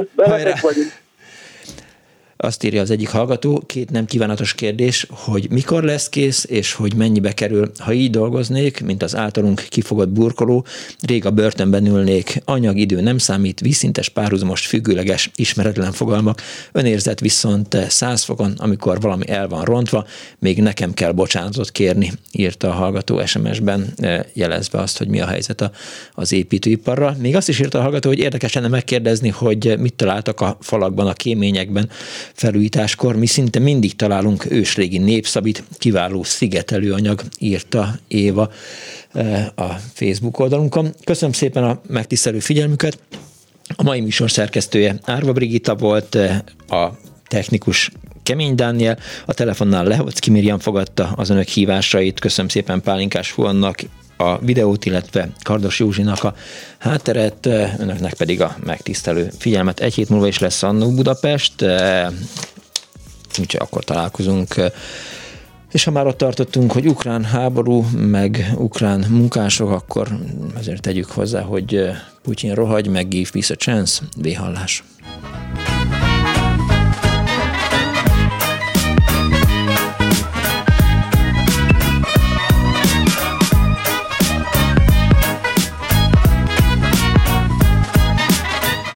Azt írja az egyik hallgató, 2 nem kívánatos kérdés, hogy mikor lesz kész, és hogy mennyibe kerül. Ha így dolgoznék, mint az általunk kifogott burkoló, rég a börtönben ülnék. Anyagidő nem számít, vízszintes, párhuzamos, függőleges, ismeretlen fogalmak. Önérzet viszont 100 fokon, amikor valami el van rontva, még nekem kell bocsánatot kérni, írta a hallgató SMS-ben, jelezve azt, hogy mi a helyzet az építőiparral. Még azt is írta a hallgató, hogy érdekes lenne megkérdezni, hogy mit találtak a falakban, a kéményekben, felújításkor mi szinte mindig találunk ősrégi népszabit, kiváló szigetelő anyag, írta Éva a Facebook oldalunkon. Köszönöm szépen a megtisztelő figyelmüket. A mai műsor szerkesztője Árva Brigitta volt, a technikus Kemény Dániel, a telefonnál Lehovcki Miriam fogadta az önök hívásait. Köszönöm szépen Pálinkás Huannak a videót, illetve Kardos Józsinak a hátteret, önöknek pedig a megtisztelő figyelmet. Egy hét múlva is lesz Annó Budapest, úgyhogy akkor találkozunk. És ha már ott tartottunk, hogy ukrán háború, meg ukrán munkások, akkor azért tegyük hozzá, hogy Putyin rohagy, meg give peace a chance, V-hallás.